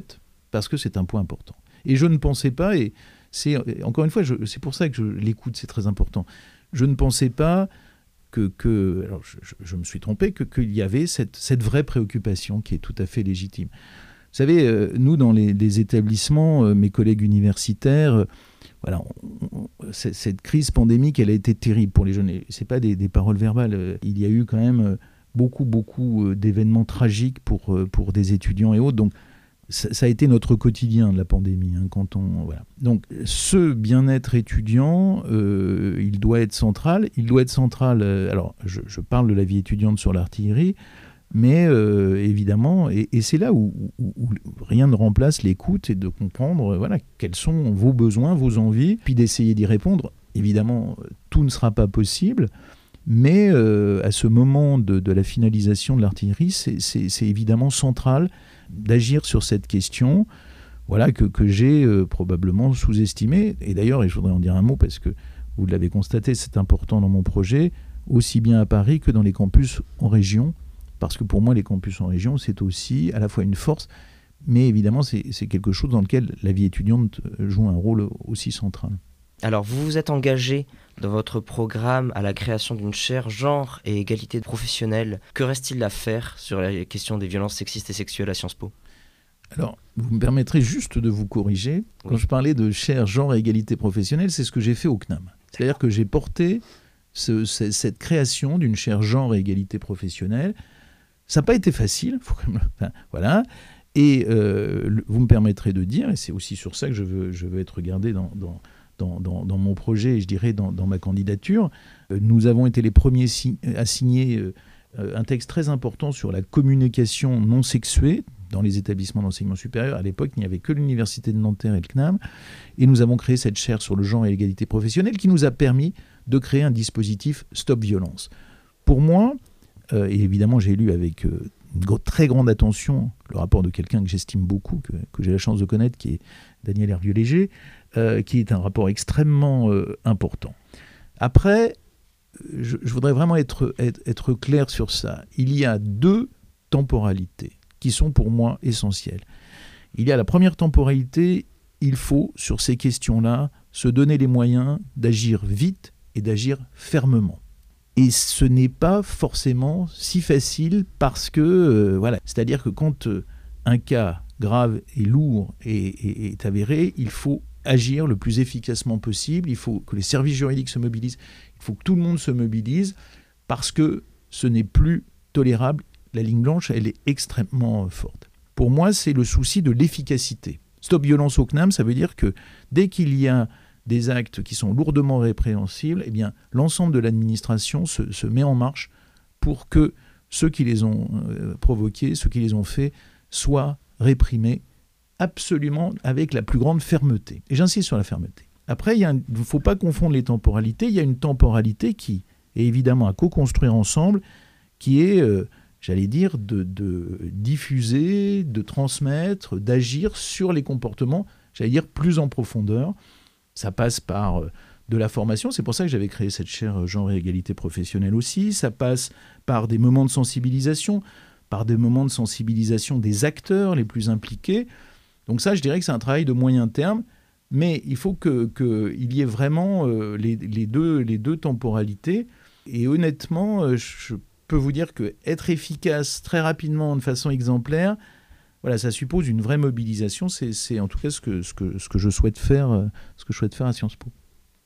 parce que c'est un point important. Et je ne pensais pas, et c'est, encore une fois, je, c'est pour ça que je, l'écoute, c'est très important. Je ne pensais pas que, que alors je, je, je me suis trompé, que, qu'il y avait cette, cette vraie préoccupation qui est tout à fait légitime. Vous savez, euh, nous, dans les, les établissements, euh, mes collègues universitaires, euh, voilà, on, on, cette crise pandémique, elle a été terrible pour les jeunes. Ce n'est pas des, des paroles verbales. Il y a eu quand même beaucoup, beaucoup d'événements tragiques pour, pour des étudiants et autres. Donc, ça, ça a été notre quotidien, la pandémie. Hein, quand on, voilà. Donc, ce bien-être étudiant, euh, il doit être central. Il doit être central. Euh, alors, je, je parle de la vie étudiante sur l'artillerie. Mais euh, évidemment, et, et c'est là où, où, où rien ne remplace l'écoute et de comprendre euh, voilà, quels sont vos besoins, vos envies, puis d'essayer d'y répondre. Évidemment, tout ne sera pas possible, mais euh, à ce moment de, de la finalisation de l'artillerie, c'est, c'est, c'est évidemment central d'agir sur cette question voilà, que, que j'ai euh, probablement sous-estimée. Et d'ailleurs, et je voudrais en dire un mot parce que vous l'avez constaté, c'est important dans mon projet, aussi bien à Paris que dans les campus en région. Parce que pour moi, les campus en région, c'est aussi à la fois une force, mais évidemment, c'est, c'est quelque chose dans lequel la vie étudiante joue un rôle aussi central. Alors, vous vous êtes engagé dans votre programme à la création d'une chaire genre et égalité professionnelle. Que reste-t-il à faire sur la question des violences sexistes et sexuelles à Sciences Po ? Alors, vous me permettrez juste de vous corriger. Quand oui. je parlais de chaire genre et égalité professionnelle, c'est ce que j'ai fait au C N A M. C'est-à-dire que j'ai porté ce, ce, cette création d'une chaire genre et égalité professionnelle. Ça n'a pas été facile, faut quand même, enfin, voilà. Et euh, le, vous me permettrez de dire, et c'est aussi sur ça que je veux, je veux être regardé dans, dans, dans, dans, dans mon projet, et je dirais dans, dans ma candidature, euh, nous avons été les premiers si, à signer euh, un texte très important sur la communication non sexuée dans les établissements d'enseignement supérieur. À l'époque, il n'y avait que l'Université de Nanterre et le C N A M, et nous avons créé cette chaire sur le genre et l'égalité professionnelle qui nous a permis de créer un dispositif Stop Violence. Pour moi, Euh, et évidemment, j'ai lu avec euh, une gro- très grande attention le rapport de quelqu'un que j'estime beaucoup, que, que j'ai la chance de connaître, qui est Daniel Hervieux-Léger, euh, qui est un rapport extrêmement euh, important. Après, je, je voudrais vraiment être, être, être clair sur ça. Il y a deux temporalités qui sont pour moi essentielles. Il y a la première temporalité, il faut, sur ces questions-là, se donner les moyens d'agir vite et d'agir fermement. Et ce n'est pas forcément si facile parce que, euh, voilà, c'est-à-dire que quand euh, un cas grave et lourd est, est, est avéré, il faut agir le plus efficacement possible, il faut que les services juridiques se mobilisent, il faut que tout le monde se mobilise parce que ce n'est plus tolérable. La ligne blanche, elle est extrêmement forte. Pour moi, c'est le souci de l'efficacité. Stop Violence au C N A M, ça veut dire que dès qu'il y a des actes qui sont lourdement répréhensibles, eh bien, l'ensemble de l'administration se, se met en marche pour que ceux qui les ont euh, provoqués, ceux qui les ont faits, soient réprimés absolument avec la plus grande fermeté. Et j'insiste sur la fermeté. Après, il ne faut pas confondre les temporalités. Il y a une temporalité qui est évidemment à co-construire ensemble, qui est, euh, j'allais dire, de, de diffuser, de transmettre, d'agir sur les comportements, j'allais dire, plus en profondeur. Ça passe par de la formation, c'est pour ça que j'avais créé cette chaire genre et égalité professionnelle aussi. Ça passe par des moments de sensibilisation, par des moments de sensibilisation des acteurs les plus impliqués. Donc ça, je dirais que c'est un travail de moyen terme, mais il faut que, que, il y ait vraiment euh, les, les, deux, les deux temporalités. Et honnêtement, euh, je peux vous dire qu'être efficace très rapidement, de façon exemplaire, voilà, ça suppose une vraie mobilisation. C'est, c'est en tout cas ce que, ce, que, ce que je souhaite faire, ce que je souhaite faire à Sciences Po.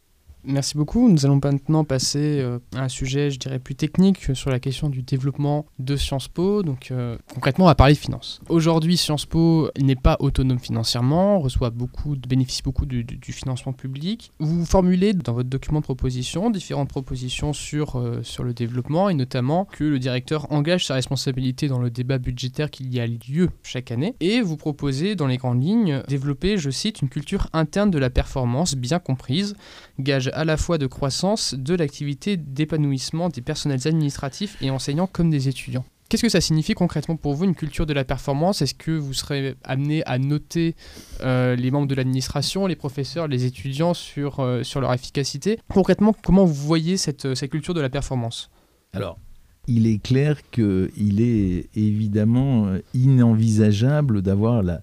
Merci beaucoup. Nous allons maintenant passer euh, à un sujet, je dirais, plus technique sur la question du développement de Sciences Po. Donc, euh, concrètement, on va parler finances. Aujourd'hui, Sciences Po n'est pas autonome financièrement, reçoit beaucoup, bénéficie beaucoup du, du, du financement public. Vous formulez dans votre document de proposition différentes propositions sur, euh, sur le développement et notamment que le directeur engage sa responsabilité dans le débat budgétaire qu'il y a lieu chaque année. Et vous proposez, dans les grandes lignes, développer, je cite, une culture interne de la performance bien comprise, gage à la fois de croissance de l'activité d'épanouissement des personnels administratifs et enseignants comme des étudiants. Qu'est-ce que ça signifie concrètement pour vous, une culture de la performance ? Est-ce que vous serez amené à noter euh, les membres de l'administration, les professeurs, les étudiants sur, euh, sur leur efficacité ? Concrètement, comment vous voyez cette, cette culture de la performance ? Alors, il est clair qu'il est évidemment inenvisageable d'avoir la,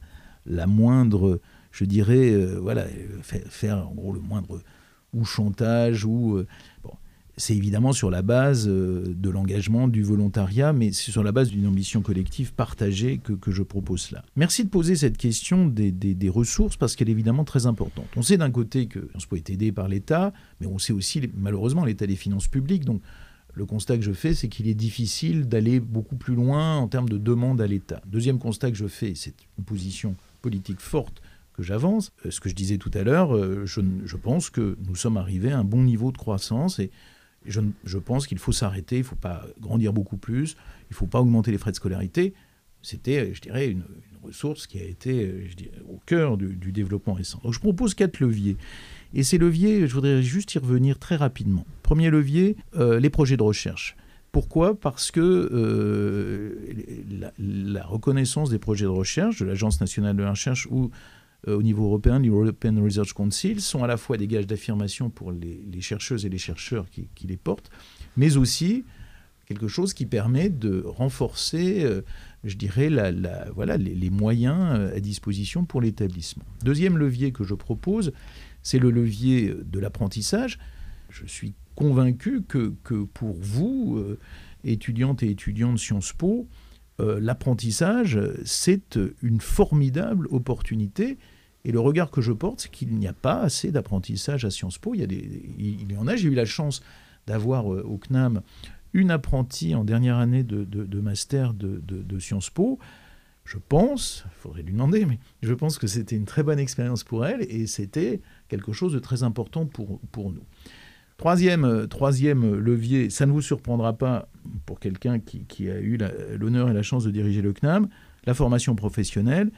la moindre, je dirais, euh, voilà, faire, faire en gros le moindre ou chantage ou euh, bon. C'est évidemment sur la base euh, de l'engagement, du volontariat, mais c'est sur la base d'une ambition collective partagée que, que je propose cela. Merci de poser cette question des, des, des ressources parce qu'elle est évidemment très importante. On sait d'un côté que Sciences Po est aidé par l'État, mais on sait aussi malheureusement l'état des finances publiques. Donc le constat que je fais, c'est qu'il est difficile d'aller beaucoup plus loin en termes de demande à l'État. Deuxième constat que je fais, c'est une position politique forte que j'avance. Euh, ce que je disais tout à l'heure, euh, je, je pense que nous sommes arrivés à un bon niveau de croissance et Je, je pense qu'il faut s'arrêter, il ne faut pas grandir beaucoup plus, il ne faut pas augmenter les frais de scolarité. C'était, je dirais, une, une ressource qui a été je dirais, au cœur du, du développement récent. Donc je propose quatre leviers. Et ces leviers, je voudrais juste y revenir très rapidement. Premier levier, euh, les projets de recherche. Pourquoi ? Parce que euh, la, la reconnaissance des projets de recherche de l'Agence nationale de la recherche ou au niveau européen, l'European Research Council, sont à la fois des gages d'affirmation pour les, les chercheuses et les chercheurs qui, qui les portent, mais aussi quelque chose qui permet de renforcer, euh, je dirais, la, la, voilà, les, les moyens à disposition pour l'établissement. Deuxième levier que je propose, c'est le levier de l'apprentissage. Je suis convaincu que, que pour vous, euh, étudiantes et étudiants de Sciences Po, Euh, l'apprentissage, c'est une formidable opportunité. Et le regard que je porte, c'est qu'il n'y a pas assez d'apprentissage à Sciences Po. Il y, a des, il y en a. J'ai eu la chance d'avoir euh, au C N A M une apprentie en dernière année de, de, de master de, de, de Sciences Po. Je pense, il faudrait lui demander, mais je pense que c'était une très bonne expérience pour elle et c'était quelque chose de très important pour, pour nous. Troisième, troisième levier, ça ne vous surprendra pas pour quelqu'un qui, qui a eu la, l'honneur et la chance de diriger le C N A M, la formation professionnelle.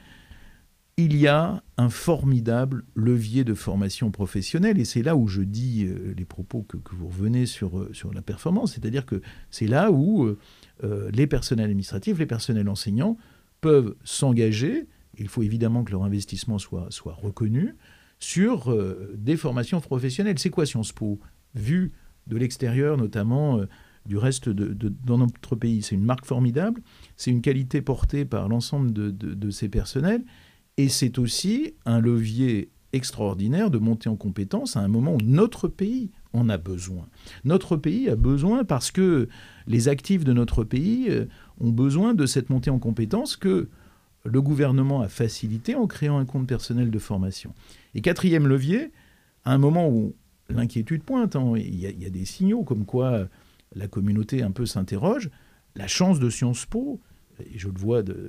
Il y a un formidable levier de formation professionnelle et c'est là où je dis euh, les propos que, que vous revenez sur, euh, sur la performance, c'est-à-dire que c'est là où euh, les personnels administratifs, les personnels enseignants peuvent s'engager, il faut évidemment que leur investissement soit, soit reconnu, sur euh, des formations professionnelles. C'est quoi Sciences Po ? Vu de l'extérieur, notamment euh, du reste de, de, dans notre pays. C'est une marque formidable, c'est une qualité portée par l'ensemble de, de, de ces personnels, et c'est aussi un levier extraordinaire de montée en compétences à un moment où notre pays en a besoin. Notre pays a besoin parce que les actifs de notre pays euh, ont besoin de cette montée en compétences que le gouvernement a facilité en créant un compte personnel de formation. Et quatrième levier, à un moment où l'inquiétude pointe, hein. il, y a, il y a des signaux comme quoi la communauté un peu s'interroge. La chance de Sciences Po, et je le vois de,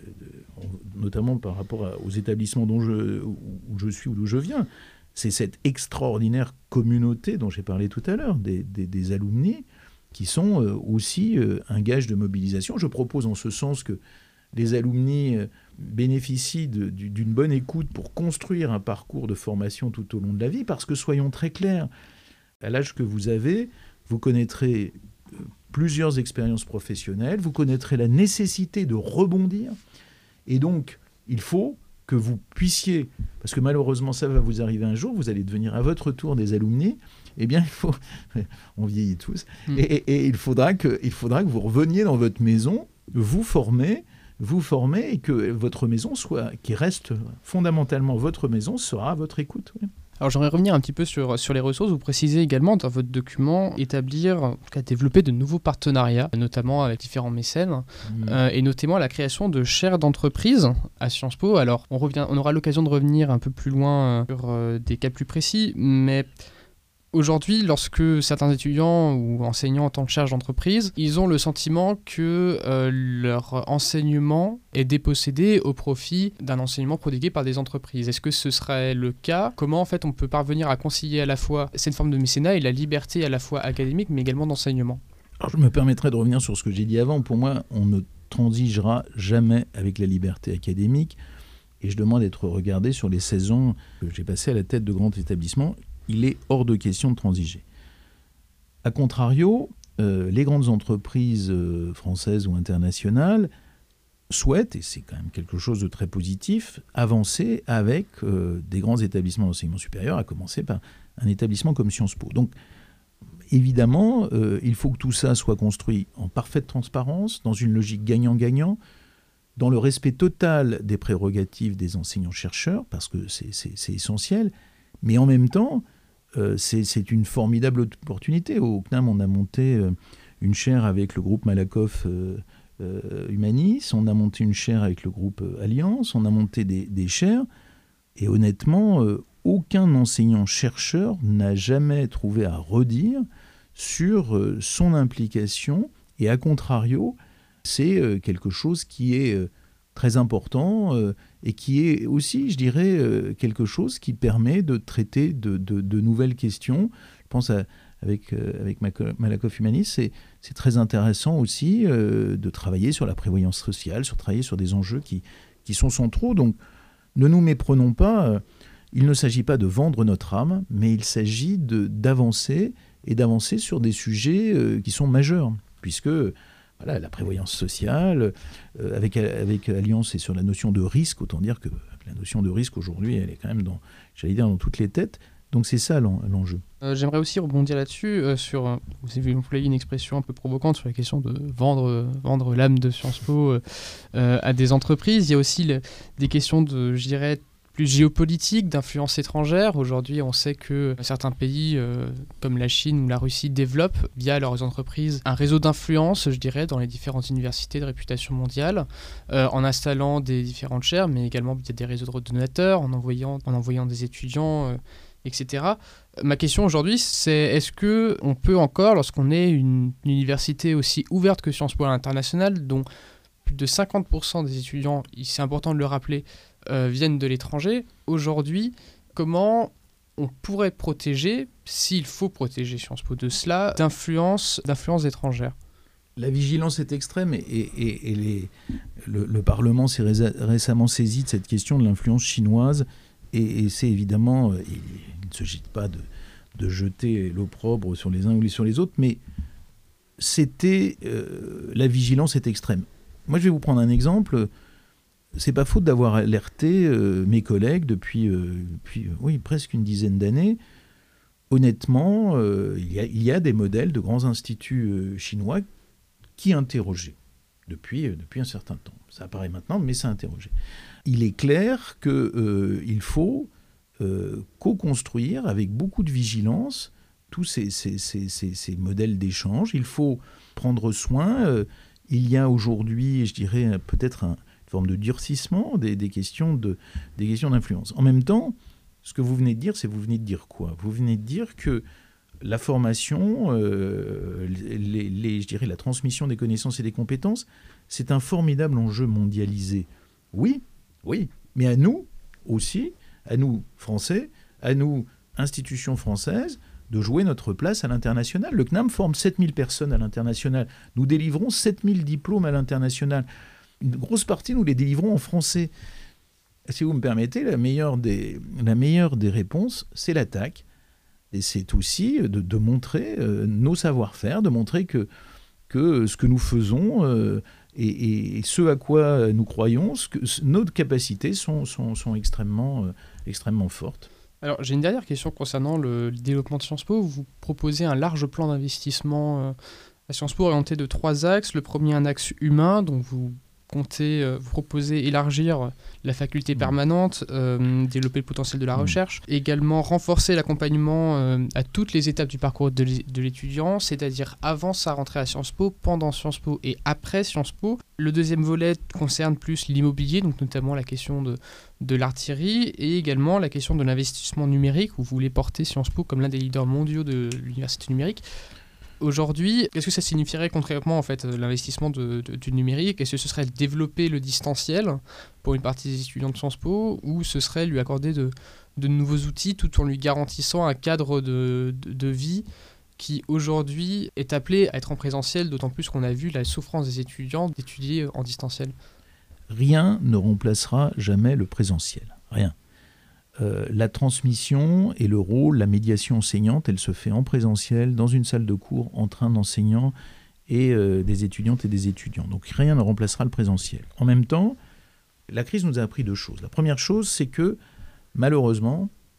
de, notamment par rapport à, aux établissements dont je, où je suis ou d'où je viens, c'est cette extraordinaire communauté dont j'ai parlé tout à l'heure, des, des, des alumni, qui sont aussi un gage de mobilisation. Je propose en ce sens que les alumni bénéficient de, d'une bonne écoute pour construire un parcours de formation tout au long de la vie, parce que soyons très clairs, à l'âge que vous avez, vous connaîtrez plusieurs expériences professionnelles, vous connaîtrez la nécessité de rebondir, et donc il faut que vous puissiez, parce que malheureusement ça va vous arriver un jour, vous allez devenir à votre tour des alumni, eh bien il faut, on vieillit tous, mmh. et, et, et il, faudra que, il faudra que vous reveniez dans votre maison, vous former, vous former et que votre maison soit, qui reste fondamentalement votre maison, sera à votre écoute. Oui. Alors j'aimerais revenir un petit peu sur, sur les ressources. Vous précisez également dans votre document établir, en tout cas développer de nouveaux partenariats, notamment avec différents mécènes, mmh. euh, et notamment la création de chaires d'entreprise à Sciences Po. Alors on, revient, on aura l'occasion de revenir un peu plus loin sur euh, des cas plus précis, mais aujourd'hui, lorsque certains étudiants ou enseignants en tant que charge d'entreprise, ils ont le sentiment que euh, leur enseignement est dépossédé au profit d'un enseignement prodigué par des entreprises. Est-ce que ce serait le cas ? Comment en fait on peut parvenir à concilier à la fois cette forme de mécénat et la liberté à la fois académique mais également d'enseignement ? Alors je me permettrai de revenir sur ce que j'ai dit avant. Pour moi, on ne transigera jamais avec la liberté académique et je demande d'être regardé sur les seize ans que j'ai passé à la tête de grands établissements. Il est hors de question de transiger. A contrario, euh, les grandes entreprises euh, françaises ou internationales souhaitent, et c'est quand même quelque chose de très positif, avancer avec euh, des grands établissements d'enseignement supérieur, à commencer par un établissement comme Sciences Po. Donc, évidemment, euh, il faut que tout ça soit construit en parfaite transparence, dans une logique gagnant-gagnant. dans le respect total des prérogatives des enseignants-chercheurs, parce que c'est, c'est, c'est essentiel, mais en même temps, euh, c'est, c'est une formidable opportunité. Au C N A M, on a monté euh, une chaire avec le groupe Malakoff euh, euh, Humanis, on a monté une chaire avec le groupe euh, Alliance, on a monté des, des chaires, et honnêtement, euh, aucun enseignant-chercheur n'a jamais trouvé à redire sur euh, son implication, et à contrario, c'est euh, quelque chose qui est euh, très important euh, et qui est aussi, je dirais, euh, quelque chose qui permet de traiter de, de, de nouvelles questions. Je pense à, avec, euh, avec Malakoff Humanis, c'est, c'est très intéressant aussi euh, de travailler sur la prévoyance sociale, sur travailler sur des enjeux qui, qui sont centraux. Donc, ne nous méprenons pas, euh, il ne s'agit pas de vendre notre âme, mais il s'agit de, d'avancer et d'avancer sur des sujets euh, qui sont majeurs, puisque... Voilà, la prévoyance sociale, euh, avec, avec Alliance, c'est sur la notion de risque, autant dire que la notion de risque aujourd'hui, elle est quand même dans, j'allais dire, dans toutes les têtes. Donc c'est ça l'en, l'enjeu. Euh, j'aimerais aussi rebondir là-dessus, euh, sur, euh, vous avez employé une expression un peu provocante sur la question de vendre, euh, vendre l'âme de Sciences Po euh, euh, à des entreprises. Il y a aussi le, des questions de, je dirais, plus géopolitique, d'influence étrangère. Aujourd'hui, on sait que certains pays, euh, comme la Chine ou la Russie, développent, via leurs entreprises, un réseau d'influence, je dirais, dans les différentes universités de réputation mondiale, euh, en installant des différentes chaires, mais également via des réseaux de donateurs, en envoyant, en envoyant des étudiants, euh, et cetera. Ma question aujourd'hui, c'est est-ce qu'on peut encore, lorsqu'on est une, une université aussi ouverte que Sciences Po à l'international, dont plus de cinquante pour cent des étudiants, c'est important de le rappeler, Euh, viennent de l'étranger, aujourd'hui, comment on pourrait protéger, s'il faut protéger Sciences Po de cela, d'influence, d'influence étrangère? La vigilance est extrême et, et, et les, le, le Parlement s'est résa- récemment saisi de cette question de l'influence chinoise et, et c'est évidemment, il, il ne s'agit pas de, de jeter l'opprobre sur les uns ou sur les autres, mais c'était, euh, la vigilance est extrême. Moi, je vais vous prendre un exemple. C'est pas faute d'avoir alerté euh, mes collègues depuis, euh, depuis euh, oui, presque une dizaine d'années. Honnêtement, euh, il, y a, il y a des modèles de grands instituts euh, chinois qui interrogeaient depuis, euh, depuis un certain temps. Ça apparaît maintenant, mais ça interrogeait. Il est clair qu'il euh, faut euh, co-construire avec beaucoup de vigilance tous ces, ces, ces, ces, ces modèles d'échange. Il faut prendre soin. Euh, il y a aujourd'hui, je dirais, peut-être un forme de durcissement des, des, questions de, des questions d'influence. En même temps, ce que vous venez de dire, c'est vous venez de dire quoi? Vous venez de dire que la formation, euh, les, les, je dirais la transmission des connaissances et des compétences, c'est un formidable enjeu mondialisé. Oui, oui, mais à nous aussi, à nous Français, à nous institutions françaises, de jouer notre place à l'international. Le C N A M forme sept mille personnes à l'international. Nous délivrons sept mille diplômes à l'international. Une grosse partie, nous les délivrons en français. Si vous me permettez, la meilleure des, la meilleure des réponses, c'est l'attaque. Et c'est aussi de, de montrer euh, nos savoir-faire, de montrer que, que ce que nous faisons euh, et, et ce à quoi nous croyons, ce que, nos capacités sont, sont, sont extrêmement, euh, extrêmement fortes. Alors, j'ai une dernière question concernant le, le développement de Sciences Po. Vous proposez un large plan d'investissement euh, à Sciences Po orienté de trois axes. Le premier, un axe humain, donc vous comptez, euh, vous proposez élargir la faculté permanente, euh, développer le potentiel de la recherche, mmh. également renforcer l'accompagnement euh, à toutes les étapes du parcours de, de l'étudiant, c'est-à-dire avant sa rentrée à Sciences Po, pendant Sciences Po et après Sciences Po. Le deuxième volet concerne plus l'immobilier, donc notamment la question de, de l'artillerie et également la question de l'investissement numérique, où vous voulez porter Sciences Po comme l'un des leaders mondiaux de l'université numérique. Aujourd'hui, qu'est-ce que ça signifierait concrètement en fait, l'investissement de, de, du numérique? Est-ce que ce serait développer le distanciel pour une partie des étudiants de Sciences Po ou ce serait lui accorder de, de nouveaux outils tout en lui garantissant un cadre de, de, de vie qui aujourd'hui est appelé à être en présentiel, d'autant plus qu'on a vu la souffrance des étudiants d'étudier en distanciel? Rien ne remplacera jamais le présentiel, rien. Euh, la transmission et le rôle, la médiation enseignante, elle se fait en présentiel, dans une salle de cours, entre un enseignant et euh, des étudiantes et des étudiants. Donc rien ne remplacera le présentiel. En même temps, la crise nous a appris deux choses. La première chose, c'est que malheureusement,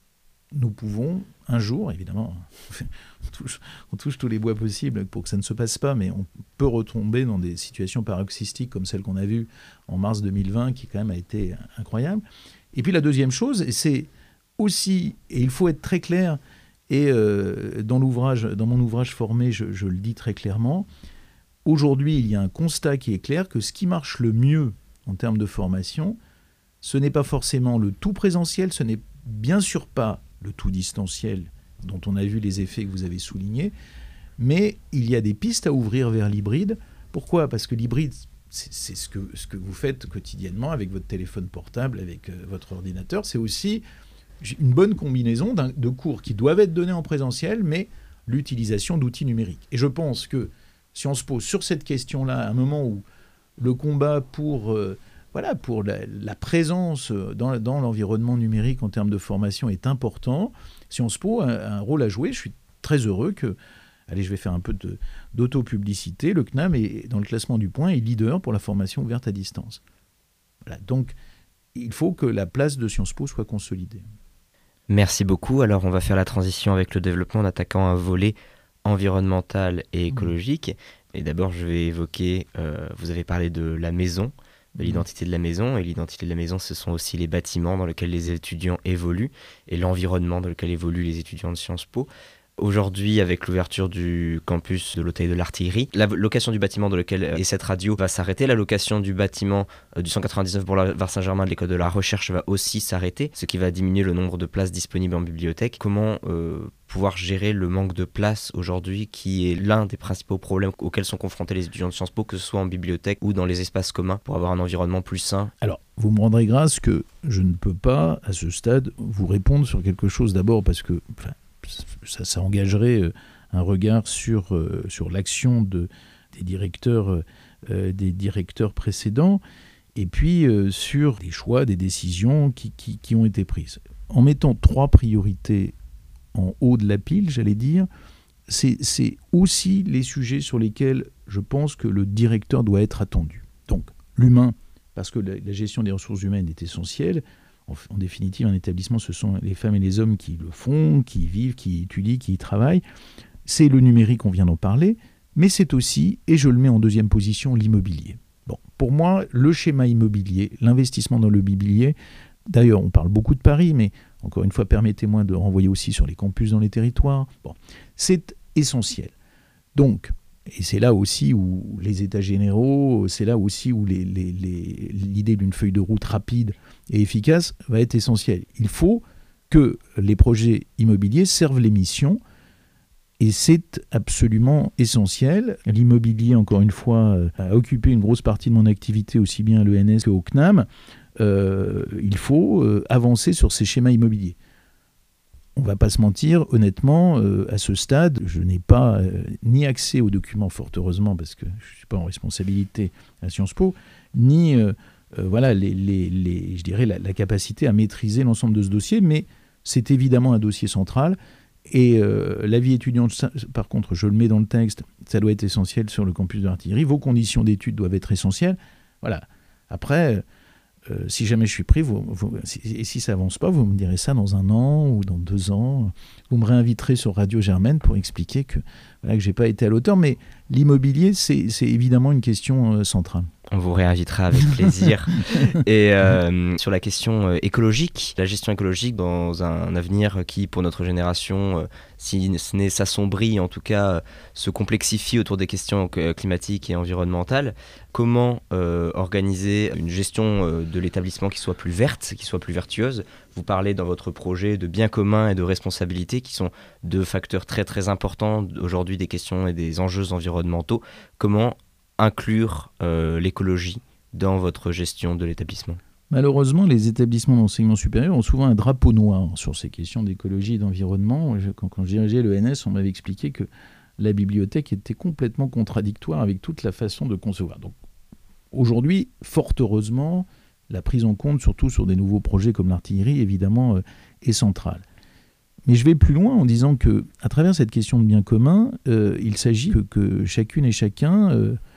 nous pouvons un jour, évidemment, on touche, on touche tous les bois possibles pour que ça ne se passe pas, mais on peut retomber dans des situations paroxystiques comme celle qu'on a vue en mars deux mille vingt, qui quand même a été incroyable. Et puis la deuxième chose, c'est aussi, et il faut être très clair, et euh, dans, l'ouvrage, dans mon ouvrage formé, je, je le dis très clairement, aujourd'hui, il y a un constat qui est clair que ce qui marche le mieux en termes de formation, ce n'est pas forcément le tout présentiel, ce n'est bien sûr pas le tout distanciel, dont on a vu les effets que vous avez soulignés, mais il y a des pistes à ouvrir vers l'hybride. Pourquoi ? Parce que l'hybride, c'est, c'est ce, que, ce que vous faites quotidiennement avec votre téléphone portable, avec euh, votre ordinateur. C'est aussi une bonne combinaison de cours qui doivent être donnés en présentiel, mais l'utilisation d'outils numériques. Et je pense que si on se pose sur cette question-là, à un moment où le combat pour... Euh, Voilà, pour la, la présence dans, dans l'environnement numérique en termes de formation est important. Si on se pose un, un rôle à jouer, je suis très heureux que, allez, je vais faire un peu de, d'autopublicité, le C N A M est dans le classement du Point est leader pour la formation ouverte à distance. Voilà, donc il faut que la place de Sciences Po soit consolidée. Merci beaucoup. Alors on va faire la transition avec le développement en attaquant un volet environnemental et écologique. Mmh. Et d'abord je vais évoquer, euh, vous avez parlé de la maison, de l'identité de la maison, et l'identité de la maison, ce sont aussi les bâtiments dans lesquels les étudiants évoluent, et l'environnement dans lequel évoluent les étudiants de Sciences Po. Aujourd'hui, avec l'ouverture du campus de l'Hôtel de l'Artillerie, la location du bâtiment dans lequel est cette radio va s'arrêter. La location du bâtiment du cent quatre-vingt-dix-neuf boulevard Saint-Germain de l'École de la Recherche va aussi s'arrêter, ce qui va diminuer le nombre de places disponibles en bibliothèque. Comment euh, pouvoir gérer le manque de place aujourd'hui, qui est l'un des principaux problèmes auxquels sont confrontés les étudiants de Sciences Po, que ce soit en bibliothèque ou dans les espaces communs, pour avoir un environnement plus sain? Alors, vous me rendrez grâce que je ne peux pas, à ce stade, vous répondre sur quelque chose d'abord parce que... Enfin, Ça, ça engagerait un regard sur, euh, sur l'action de, des, directeurs, euh, des directeurs précédents et puis euh, sur des choix, des décisions qui, qui, qui ont été prises. En mettant trois priorités en haut de la pile, j'allais dire, c'est, c'est aussi les sujets sur lesquels je pense que le directeur doit être attendu. Donc l'humain, parce que la, la gestion des ressources humaines est essentielle. En définitive, un établissement, ce sont les femmes et les hommes qui le font, qui y vivent, qui y étudient, qui y travaillent. C'est le numérique, on vient d'en parler, mais c'est aussi, et je le mets en deuxième position, l'immobilier. Bon, pour moi, le schéma immobilier, l'investissement dans le mobilier, d'ailleurs, on parle beaucoup de Paris, mais encore une fois, permettez-moi de renvoyer aussi sur les campus dans les territoires. Bon, c'est essentiel. Donc, et c'est là aussi où les états généraux, c'est là aussi où les, les, les, l'idée d'une feuille de route rapide et efficace va être essentielle. Il faut que les projets immobiliers servent les missions et c'est absolument essentiel. L'immobilier, encore une fois, a occupé une grosse partie de mon activité aussi bien à l'E N S qu'au C N A M. Euh, il faut euh, avancer sur ces schémas immobiliers. On ne va pas se mentir, honnêtement, euh, à ce stade, je n'ai pas euh, ni accès aux documents, fort heureusement, parce que je ne suis pas en responsabilité à Sciences Po, ni euh, euh, voilà, les, les, les, je dirais la, la capacité à maîtriser l'ensemble de ce dossier, mais c'est évidemment un dossier central. Et euh, la vie étudiante, ça, par contre, je le mets dans le texte, ça doit être essentiel sur le campus de l'Artillerie. Vos conditions d'études doivent être essentielles. Voilà. Après... Euh, si jamais je suis pris, vous, vous, si, et si ça avance pas, vous me direz ça dans un an ou dans deux ans. Vous me réinviterez sur Radio Germaine pour expliquer que voilà, que j'ai pas été à l'auteur. Mais l'immobilier, c'est, c'est évidemment une question euh, centrale. On vous réinvitera avec plaisir. Et euh, sur la question euh, écologique, la gestion écologique dans un avenir qui, pour notre génération, euh, si ce n'est s'assombrit, en tout cas euh, se complexifie autour des questions euh, climatiques et environnementales, comment euh, organiser une gestion euh, de l'établissement qui soit plus verte, qui soit plus vertueuse? Vous parlez dans votre projet de biens communs et de responsabilité qui sont deux facteurs très très importants aujourd'hui des questions et des enjeux environnementaux. Comment inclure euh, l'écologie dans votre gestion de l'établissement? Malheureusement, les établissements d'enseignement supérieur ont souvent un drapeau noir sur ces questions d'écologie et d'environnement. Quand, quand je dirigeais l'E N S, on m'avait expliqué que la bibliothèque était complètement contradictoire avec toute la façon de concevoir. Donc, aujourd'hui, fort heureusement, la prise en compte, surtout sur des nouveaux projets comme l'Artillerie, évidemment, euh, est centrale. Mais je vais plus loin en disant qu'à travers cette question de bien commun, euh, il s'agit que, que chacune et chacun... Euh,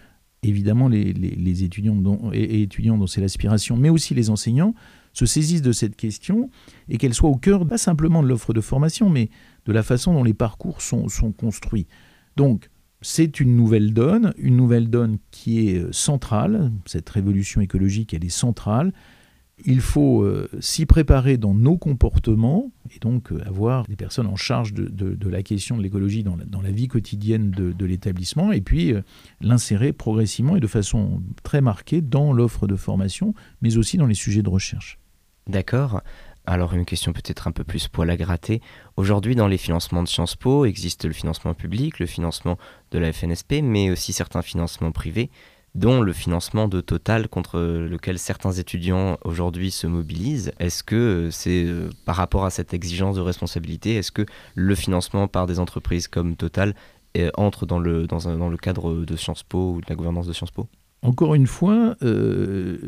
évidemment les, les, les étudiants dont, et, et étudiants dont c'est l'aspiration, mais aussi les enseignants, se saisissent de cette question et qu'elle soit au cœur, pas simplement de l'offre de formation, mais de la façon dont les parcours sont, sont construits. Donc, c'est une nouvelle donne, une nouvelle donne qui est centrale. Cette révolution écologique, elle est centrale. Il faut euh, s'y préparer dans nos comportements et donc euh, avoir des personnes en charge de, de, de la question de l'écologie dans la, dans la vie quotidienne de, de l'établissement et puis euh, l'insérer progressivement et de façon très marquée dans l'offre de formation, mais aussi dans les sujets de recherche. D'accord. Alors une question peut-être un peu plus poil à gratter. Aujourd'hui, dans les financements de Sciences Po, existe le financement public, le financement de la F N S P, mais aussi certains financements privés, dont le financement de Total contre lequel certains étudiants aujourd'hui se mobilisent. Est-ce que c'est euh, par rapport à cette exigence de responsabilité, est-ce que le financement par des entreprises comme Total euh, entre dans le, dans, un, dans le cadre de Sciences Po ou de la gouvernance de Sciences Po ? Encore une fois, euh,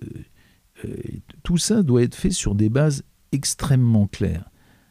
euh, tout ça doit être fait sur des bases extrêmement claires.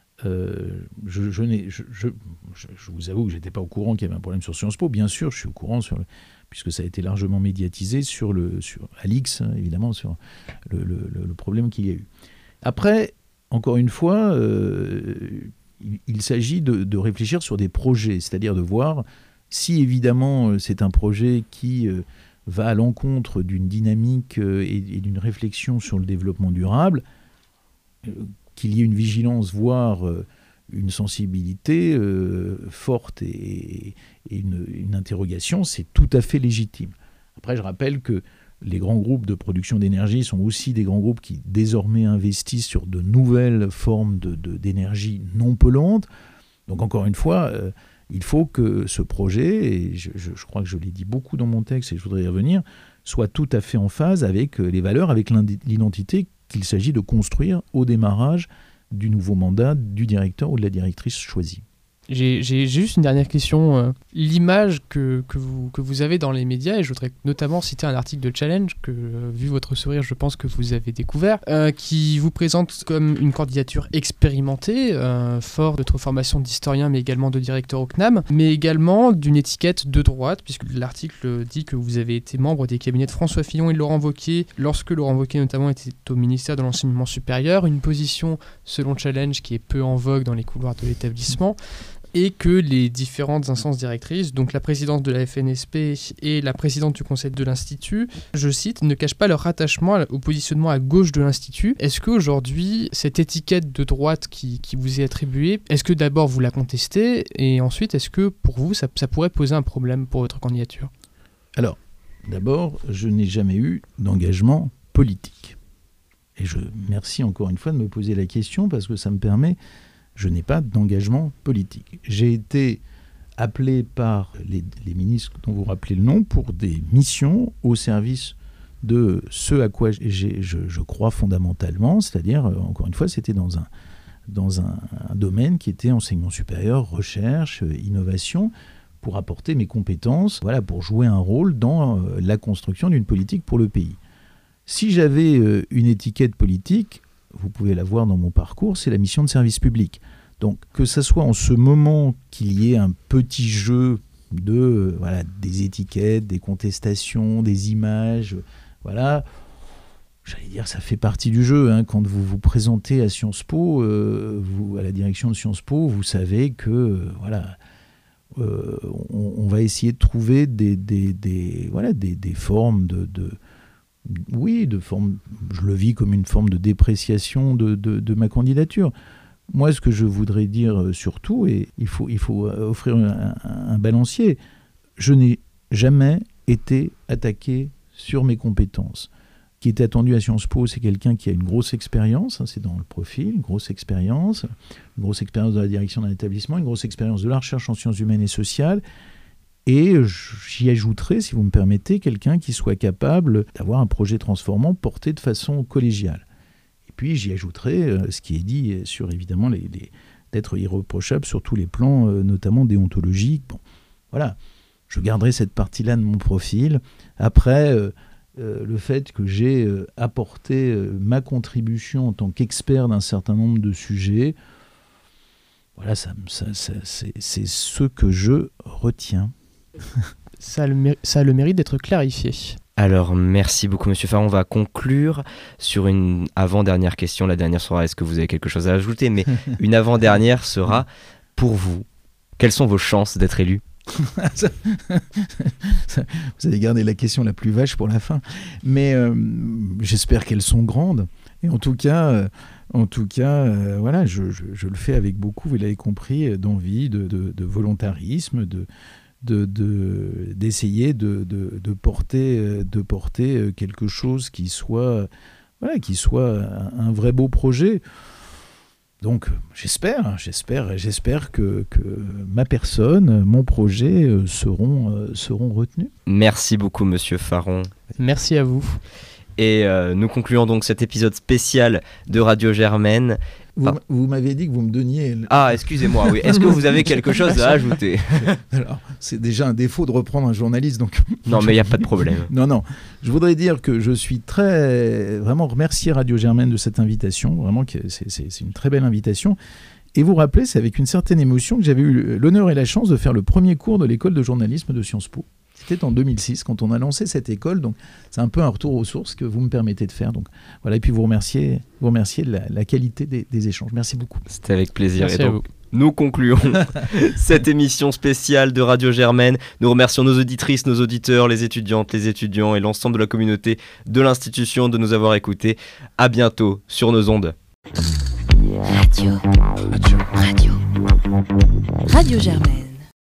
Euh, je, je, n'ai, je, je, je vous avoue que je n'étais pas au courant qu'il y avait un problème sur Sciences Po. Bien sûr, je suis au courant, sur le, puisque ça a été largement médiatisé sur le, sur Alix, évidemment, sur le, le, le problème qu'il y a eu. Après, encore une fois, euh, il, il s'agit de, de réfléchir sur des projets, c'est-à-dire de voir si, évidemment, c'est un projet qui euh, va à l'encontre d'une dynamique euh, et, et d'une réflexion sur le développement durable, euh, qu'il y ait une vigilance, voire euh, une sensibilité euh, forte et, et une, une interrogation, c'est tout à fait légitime. Après, je rappelle que les grands groupes de production d'énergie sont aussi des grands groupes qui désormais investissent sur de nouvelles formes de, de, d'énergie non polluante. Donc encore une fois, euh, il faut que ce projet, et je, je, je crois que je l'ai dit beaucoup dans mon texte et je voudrais y revenir, soit tout à fait en phase avec les valeurs, avec l'identité qu'il s'agit de construire au démarrage du nouveau mandat du directeur ou de la directrice choisie. J'ai, j'ai juste une dernière question. Euh, l'image que, que, vous, que vous avez dans les médias, et je voudrais notamment citer un article de Challenge que, euh, vu votre sourire, je pense que vous avez découvert, euh, qui vous présente comme une candidature expérimentée, euh, fort de votre formation d'historien, mais également de directeur au C N A M, mais également d'une étiquette de droite, puisque l'article dit que vous avez été membre des cabinets de François Fillon et de Laurent Wauquiez, lorsque Laurent Wauquiez notamment était au ministère de l'Enseignement supérieur, une position, selon Challenge, qui est peu en vogue dans les couloirs de l'établissement, et que les différentes instances directrices, donc la présidente de la F N S P et la présidente du conseil de l'Institut, je cite, ne cachent pas leur attachement au positionnement à gauche de l'Institut. Est-ce qu'aujourd'hui, cette étiquette de droite qui, qui vous est attribuée, est-ce que d'abord vous la contestez, et ensuite, est-ce que pour vous, ça, ça pourrait poser un problème pour votre candidature ? Alors, d'abord, je n'ai jamais eu d'engagement politique. Et je merci encore une fois de me poser la question, parce que ça me permet... Je n'ai pas d'engagement politique. J'ai été appelé par les, les ministres dont vous rappelez le nom pour des missions au service de ce à quoi j'ai, je, je crois fondamentalement, c'est-à-dire, encore une fois, c'était dans un, dans un, un domaine qui était enseignement supérieur, recherche, innovation, pour apporter mes compétences, voilà, pour jouer un rôle dans la construction d'une politique pour le pays. Si j'avais une étiquette politique, vous pouvez la voir dans mon parcours, c'est la mission de service public. Donc que ce soit en ce moment qu'il y ait un petit jeu de euh, voilà, des étiquettes, des contestations, des images, voilà, j'allais dire ça fait partie du jeu. Hein. Quand vous vous présentez à Sciences Po, euh, vous, à la direction de Sciences Po, vous savez que euh, voilà, euh, on, on va essayer de trouver des, des, des, voilà, des, des formes de... de Oui, de forme, je le vis comme une forme de dépréciation de, de, de ma candidature. Moi, ce que je voudrais dire surtout, et il faut, il faut offrir un, un balancier, je n'ai jamais été attaqué sur mes compétences. Ce qui est attendu à Sciences Po, c'est quelqu'un qui a une grosse expérience, hein, c'est dans le profil, une grosse expérience, une grosse expérience de la direction d'un établissement, une grosse expérience de la recherche en sciences humaines et sociales. Et j'y ajouterai, si vous me permettez, quelqu'un qui soit capable d'avoir un projet transformant porté de façon collégiale. Et puis j'y ajouterai euh, ce qui est dit sur, évidemment, les, les, d'être irréprochable sur tous les plans, euh, notamment déontologiques. Bon, voilà, je garderai cette partie-là de mon profil. Après, euh, euh, le fait que j'ai euh, apporté euh, ma contribution en tant qu'expert d'un certain nombre de sujets, voilà, ça, ça, ça, c'est, c'est ce que je retiens. Ça a le, méri- ça a le mérite d'être clarifié. Alors, merci beaucoup, Monsieur Faron. On va conclure sur une avant-dernière question. La dernière sera, est-ce que vous avez quelque chose à ajouter? Mais une avant-dernière sera, pour vous, quelles sont vos chances d'être élu? ça, ça, vous avez gardé la question la plus vache pour la fin. Mais euh, j'espère qu'elles sont grandes. Et en tout cas, euh, en tout cas euh, voilà, je, je, je le fais avec beaucoup, vous l'avez compris, d'envie, de, de, de volontarisme, de... De, de, d'essayer de, de, de, porter, de porter quelque chose qui soit, voilà, qui soit un, un vrai beau projet. Donc j'espère, j'espère, j'espère que, que ma personne, mon projet seront, seront retenus. Merci beaucoup, Monsieur Faron. Merci à vous. Et euh, nous concluons donc cet épisode spécial de Radio Germaine. Vous, ah. vous m'avez dit que vous me donniez... Ah, excusez-moi, oui. Est-ce que vous avez quelque chose à ajouter? Alors, c'est déjà un défaut de reprendre un journaliste, donc... Non, mais il n'y a pas de problème. Non, non. Je voudrais dire que je suis très... Vraiment remercier Radio Germaine de cette invitation. Vraiment, que c'est, c'est, c'est une très belle invitation. Et vous rappelez, c'est avec une certaine émotion que j'avais eu l'honneur et la chance de faire le premier cours de l'école de journalisme de Sciences Po. C'était en deux mille six, quand on a lancé cette école. Donc, c'est un peu un retour aux sources que vous me permettez de faire. Donc, voilà. Et puis, vous remercier, vous remercier de la, la qualité des, des échanges. Merci beaucoup. C'était avec plaisir. Merci et donc, à vous. Nous concluons cette émission spéciale de Radio Germaine. Nous remercions nos auditrices, nos auditeurs, les étudiantes, les étudiants et l'ensemble de la communauté de l'institution de nous avoir écoutés. À bientôt sur nos ondes. Radio. Radio. Radio. Radio Germaine.